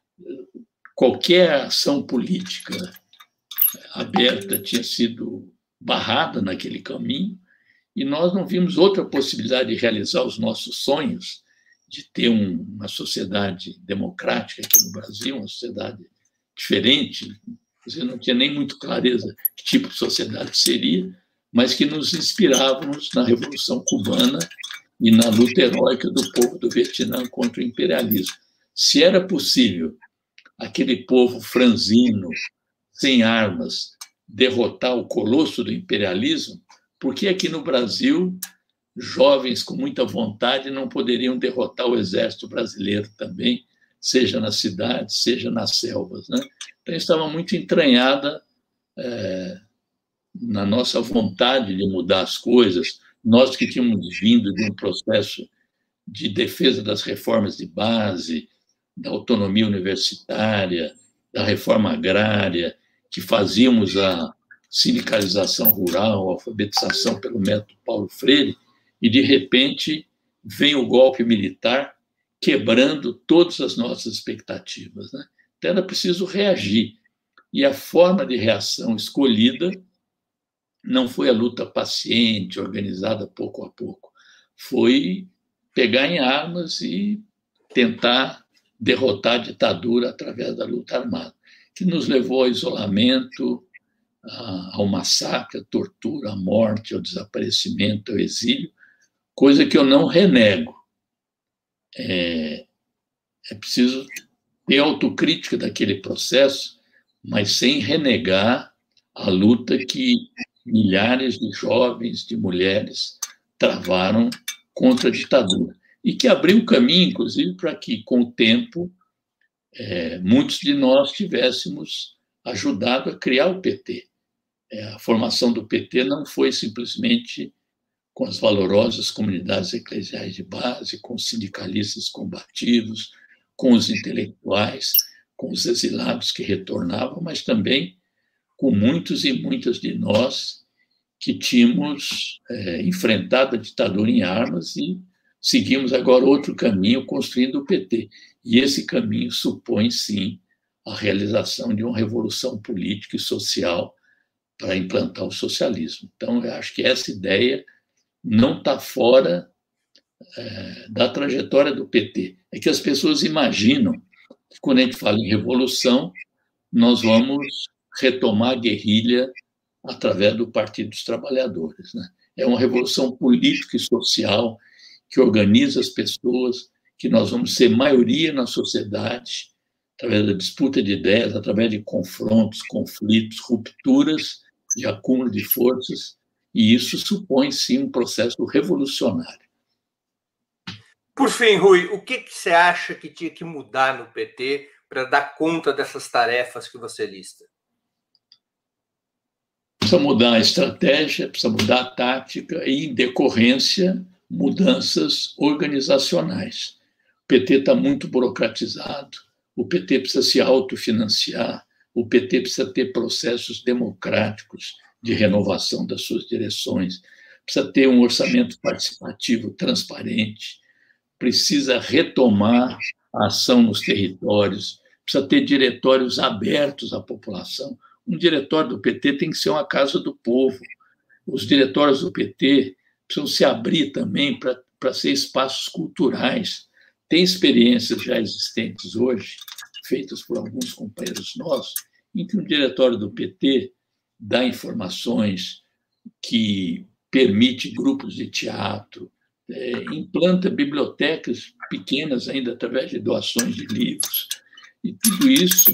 Speaker 3: Qualquer ação política aberta tinha sido barrada naquele caminho, e nós não vimos outra possibilidade de realizar os nossos sonhos, de ter um, uma sociedade democrática aqui no Brasil, uma sociedade diferente. Você não tinha nem muito clareza que tipo de sociedade seria, mas que nos inspirávamos na Revolução Cubana e na luta heróica do povo do Vietnã contra o imperialismo. Se era possível aquele povo franzino, sem armas, derrotar o colosso do imperialismo, por que aqui no Brasil jovens com muita vontade não poderiam derrotar o exército brasileiro também, seja nas cidades, seja nas selvas, né? Então, estava muito entranhada é, na nossa vontade de mudar as coisas, nós que tínhamos vindo de um processo de defesa das reformas de base, da autonomia universitária, da reforma agrária, que fazíamos a sindicalização rural, a alfabetização pelo método Paulo Freire, e, de repente, vem o golpe militar quebrando todas as nossas expectativas, né? Então era preciso reagir. E a forma de reação escolhida não foi a luta paciente, organizada pouco a pouco. Foi pegar em armas e tentar derrotar a ditadura através da luta armada, que nos levou ao isolamento, ao massacre, à tortura, à morte, ao desaparecimento, ao exílio, coisa que eu não renego. É, é preciso ter autocrítica daquele processo, mas sem renegar a luta que milhares de jovens, de mulheres, travaram contra a ditadura. E que abriu caminho, inclusive, para que, com o tempo, é, muitos de nós tivéssemos ajudado a criar o P T. É, a formação do P T não foi simplesmente com as valorosas comunidades eclesiais de base, com os sindicalistas combativos, com os intelectuais, com os exilados que retornavam, mas também com muitos e muitas de nós que tínhamos é, enfrentado a ditadura em armas e seguimos agora outro caminho construindo o P T. E esse caminho supõe, sim, a realização de uma revolução política e social para implantar o socialismo. Então, eu acho que essa ideia não está fora é, da trajetória do P T. É que as pessoas imaginam que, quando a gente fala em revolução, nós vamos retomar a guerrilha através do Partido dos Trabalhadores, né? É uma revolução política e social que organiza as pessoas, que nós vamos ser maioria na sociedade, através da disputa de ideias, através de confrontos, conflitos, rupturas, de acúmulo de forças, e isso supõe, sim, um processo revolucionário.
Speaker 2: Por fim, Rui, o que, que você acha que tinha que mudar no P T para dar conta dessas tarefas que você lista?
Speaker 3: Precisa mudar a estratégia, precisa mudar a tática e, em decorrência, mudanças organizacionais. O P T está muito burocratizado, o P T precisa se autofinanciar, o P T precisa ter processos democráticos de renovação das suas direções, precisa ter um orçamento participativo transparente, precisa retomar a ação nos territórios, precisa ter diretórios abertos à população. Um diretório do P T tem que ser uma casa do povo. Os diretórios do P T precisam se abrir também para ser espaços culturais. Tem experiências já existentes hoje, feitas por alguns companheiros nossos, em que um diretório do P T dá informações, que permite grupos de teatro, é, implanta bibliotecas pequenas ainda através de doações de livros. E tudo isso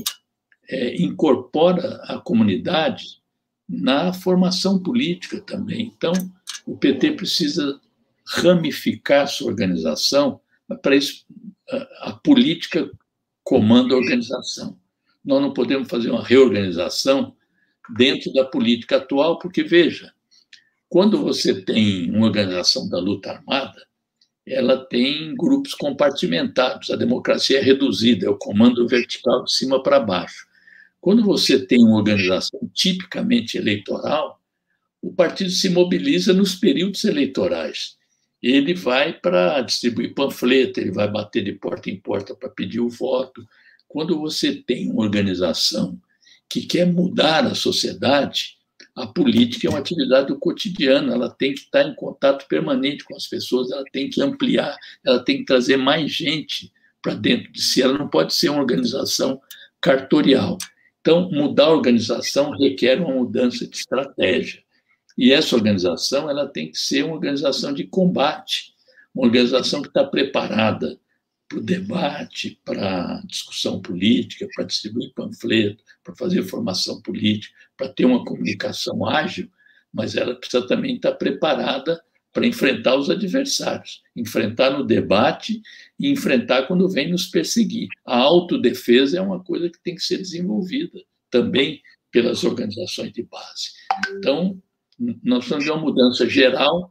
Speaker 3: é, incorpora a comunidade na formação política também. Então, o P T precisa ramificar sua organização, mas para isso a, a política comanda a organização. Nós não podemos fazer uma reorganização dentro da política atual, porque, veja, quando você tem uma organização da luta armada, ela tem grupos compartimentados, a democracia é reduzida, é o comando vertical de cima para baixo. Quando você tem uma organização tipicamente eleitoral, o partido se mobiliza nos períodos eleitorais. Ele vai para distribuir panfleto, ele vai bater de porta em porta para pedir o voto. Quando você tem uma organização que quer mudar a sociedade, a política é uma atividade do cotidiano, ela tem que estar em contato permanente com as pessoas, ela tem que ampliar, ela tem que trazer mais gente para dentro de si, ela não pode ser uma organização cartorial. Então, mudar a organização requer uma mudança de estratégia. E essa organização ela tem que ser uma organização de combate, uma organização que está preparada para o debate, para a discussão política, para distribuir panfleto, para fazer formação política, para ter uma comunicação ágil, mas ela precisa também estar preparada para enfrentar os adversários, enfrentar no debate e enfrentar quando vem nos perseguir. A autodefesa é uma coisa que tem que ser desenvolvida também pelas organizações de base. Então, nós precisamos de uma mudança geral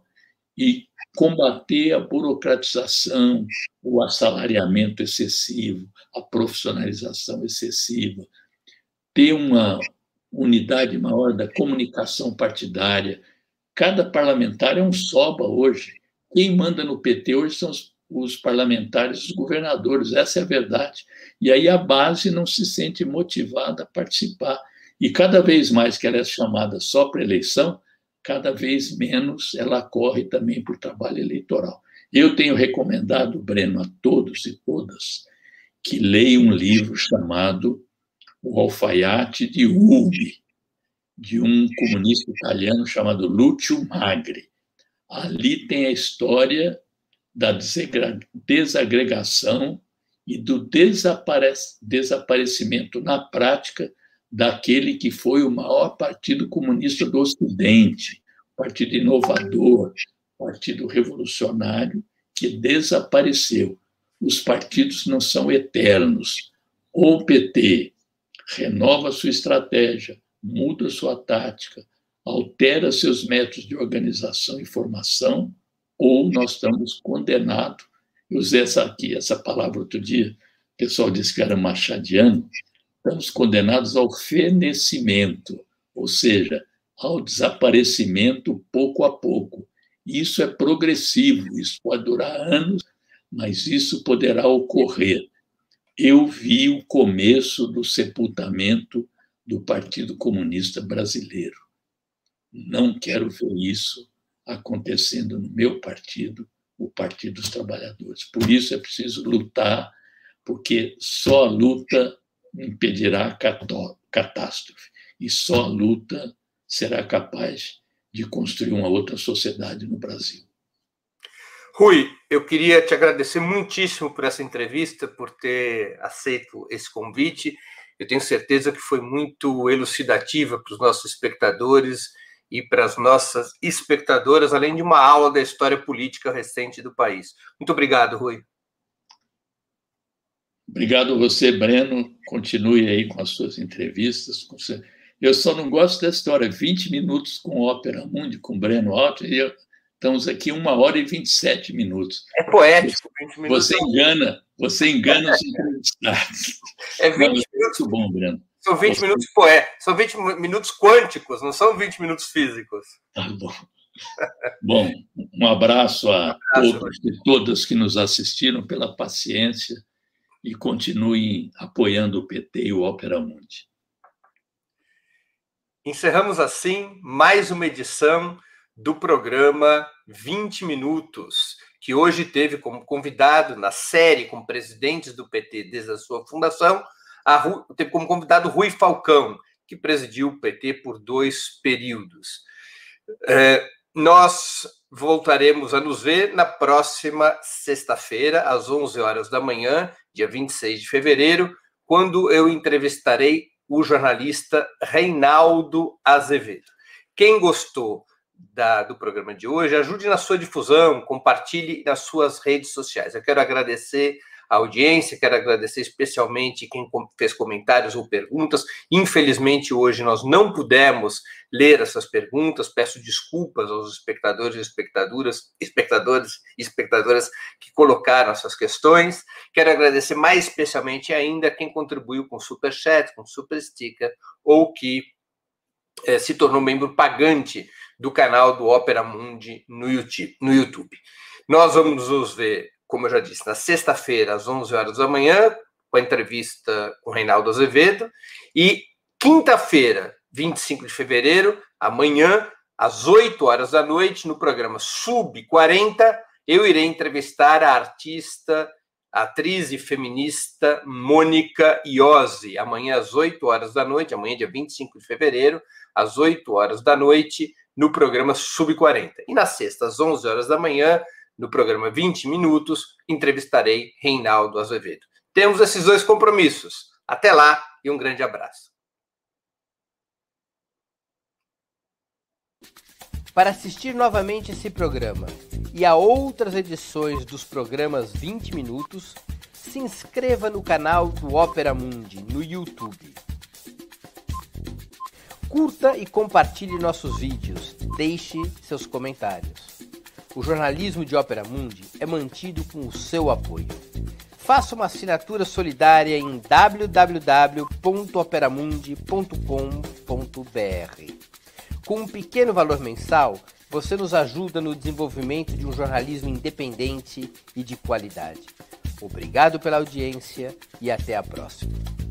Speaker 3: e combater a burocratização, o assalariamento excessivo, a profissionalização excessiva, ter uma unidade maior da comunicação partidária. Cada parlamentar é um soba hoje. Quem manda no P T hoje são os, os parlamentares, os governadores, essa é a verdade. E aí a base não se sente motivada a participar. E cada vez mais que ela é chamada só para eleição, cada vez menos ela corre também por trabalho eleitoral. Eu tenho recomendado, Breno, a todos e todas que leiam um livro chamado O Alfaiate de Ulmi, de um comunista italiano chamado Lúcio Magri. Ali tem a história da desagregação e do desaparecimento na prática daquele que foi o maior partido comunista do Ocidente, partido inovador, partido revolucionário, que desapareceu. Os partidos não são eternos. Ou o P T renova sua estratégia, muda sua tática, altera seus métodos de organização e formação, ou nós estamos condenados. Eu usei essa, aqui, essa palavra outro dia, o pessoal disse que era machadiano, estamos condenados ao fenecimento, ou seja, ao desaparecimento pouco a pouco. Isso é progressivo, isso pode durar anos, mas isso poderá ocorrer. Eu vi o começo do sepultamento do Partido Comunista Brasileiro. Não quero ver isso acontecendo no meu partido, o Partido dos Trabalhadores. Por isso é preciso lutar, porque só a luta impedirá a catástrofe e só a luta será capaz de construir uma outra sociedade no Brasil.
Speaker 2: Rui, eu queria te agradecer muitíssimo por essa entrevista, por ter aceito esse convite. Eu tenho certeza que foi muito elucidativa para os nossos espectadores e para as nossas espectadoras, além de uma aula da história política recente do país. Muito obrigado, Rui.
Speaker 3: Obrigado a você, Breno. Continue aí com as suas entrevistas. Eu só não gosto dessa história. vinte minutos com Ópera Mundi, com Breno Altman, e estamos aqui uma hora e vinte e sete minutos.
Speaker 2: É poético. vinte minutos.
Speaker 3: Você engana, você engana os entrevistados.
Speaker 2: É vinte minutos.
Speaker 3: Muito bom, Breno.
Speaker 2: São vinte você... minutos poé, são vinte minutos quânticos, não são vinte minutos físicos.
Speaker 3: Tá bom. Bom, um abraço a um abraço, todos e todas que nos assistiram, pela paciência, e continuem apoiando o P T e o Ópera Mundi.
Speaker 2: Encerramos assim mais uma edição do programa vinte minutos, que hoje teve como convidado na série com presidentes do P T desde a sua fundação, a Ru... teve como convidado Rui Falcão, que presidiu o P T por dois períodos. É, nós voltaremos a nos ver na próxima sexta-feira, às onze horas da manhã, dia vinte e seis de fevereiro, quando eu entrevistarei o jornalista Reinaldo Azevedo. Quem gostou da, do programa de hoje, ajude na sua difusão, compartilhe nas suas redes sociais. Eu quero agradecer a audiência, quero agradecer especialmente quem fez comentários ou perguntas. Infelizmente, hoje nós não pudemos ler essas perguntas. Peço desculpas aos espectadores e espectadoras, espectadores e espectadoras que colocaram essas questões. Quero agradecer mais especialmente ainda quem contribuiu com Superchat, com Super Sticker, ou que eh, se tornou membro pagante do canal do Ópera Mundi no YouTube. No YouTube. Nós vamos nos ver, como eu já disse, na sexta-feira, às onze horas da manhã, com a entrevista com o Reinaldo Azevedo, e quinta-feira, vinte e cinco de fevereiro, amanhã, às oito horas da noite, no programa Sub quarenta, eu irei entrevistar a artista, a atriz e feminista Mônica Iose. Amanhã, às oito horas da noite, amanhã, dia vinte e cinco de fevereiro, às oito horas da noite, no programa Sub quarenta. E na sexta, às onze horas da manhã, no programa vinte minutos, entrevistarei Reinaldo Azevedo. Temos esses dois compromissos. Até lá e um grande abraço. Para assistir novamente esse programa e a outras edições dos programas vinte minutos, se inscreva no canal do Ópera Mundi no YouTube. Curta e compartilhe nossos vídeos. Deixe seus comentários. O jornalismo de Ópera Mundi é mantido com o seu apoio. Faça uma assinatura solidária em w w w ponto opera mundi ponto com ponto b r. Com um pequeno valor mensal,
Speaker 4: você nos ajuda no desenvolvimento de um jornalismo independente e de qualidade. Obrigado pela audiência e até a próxima.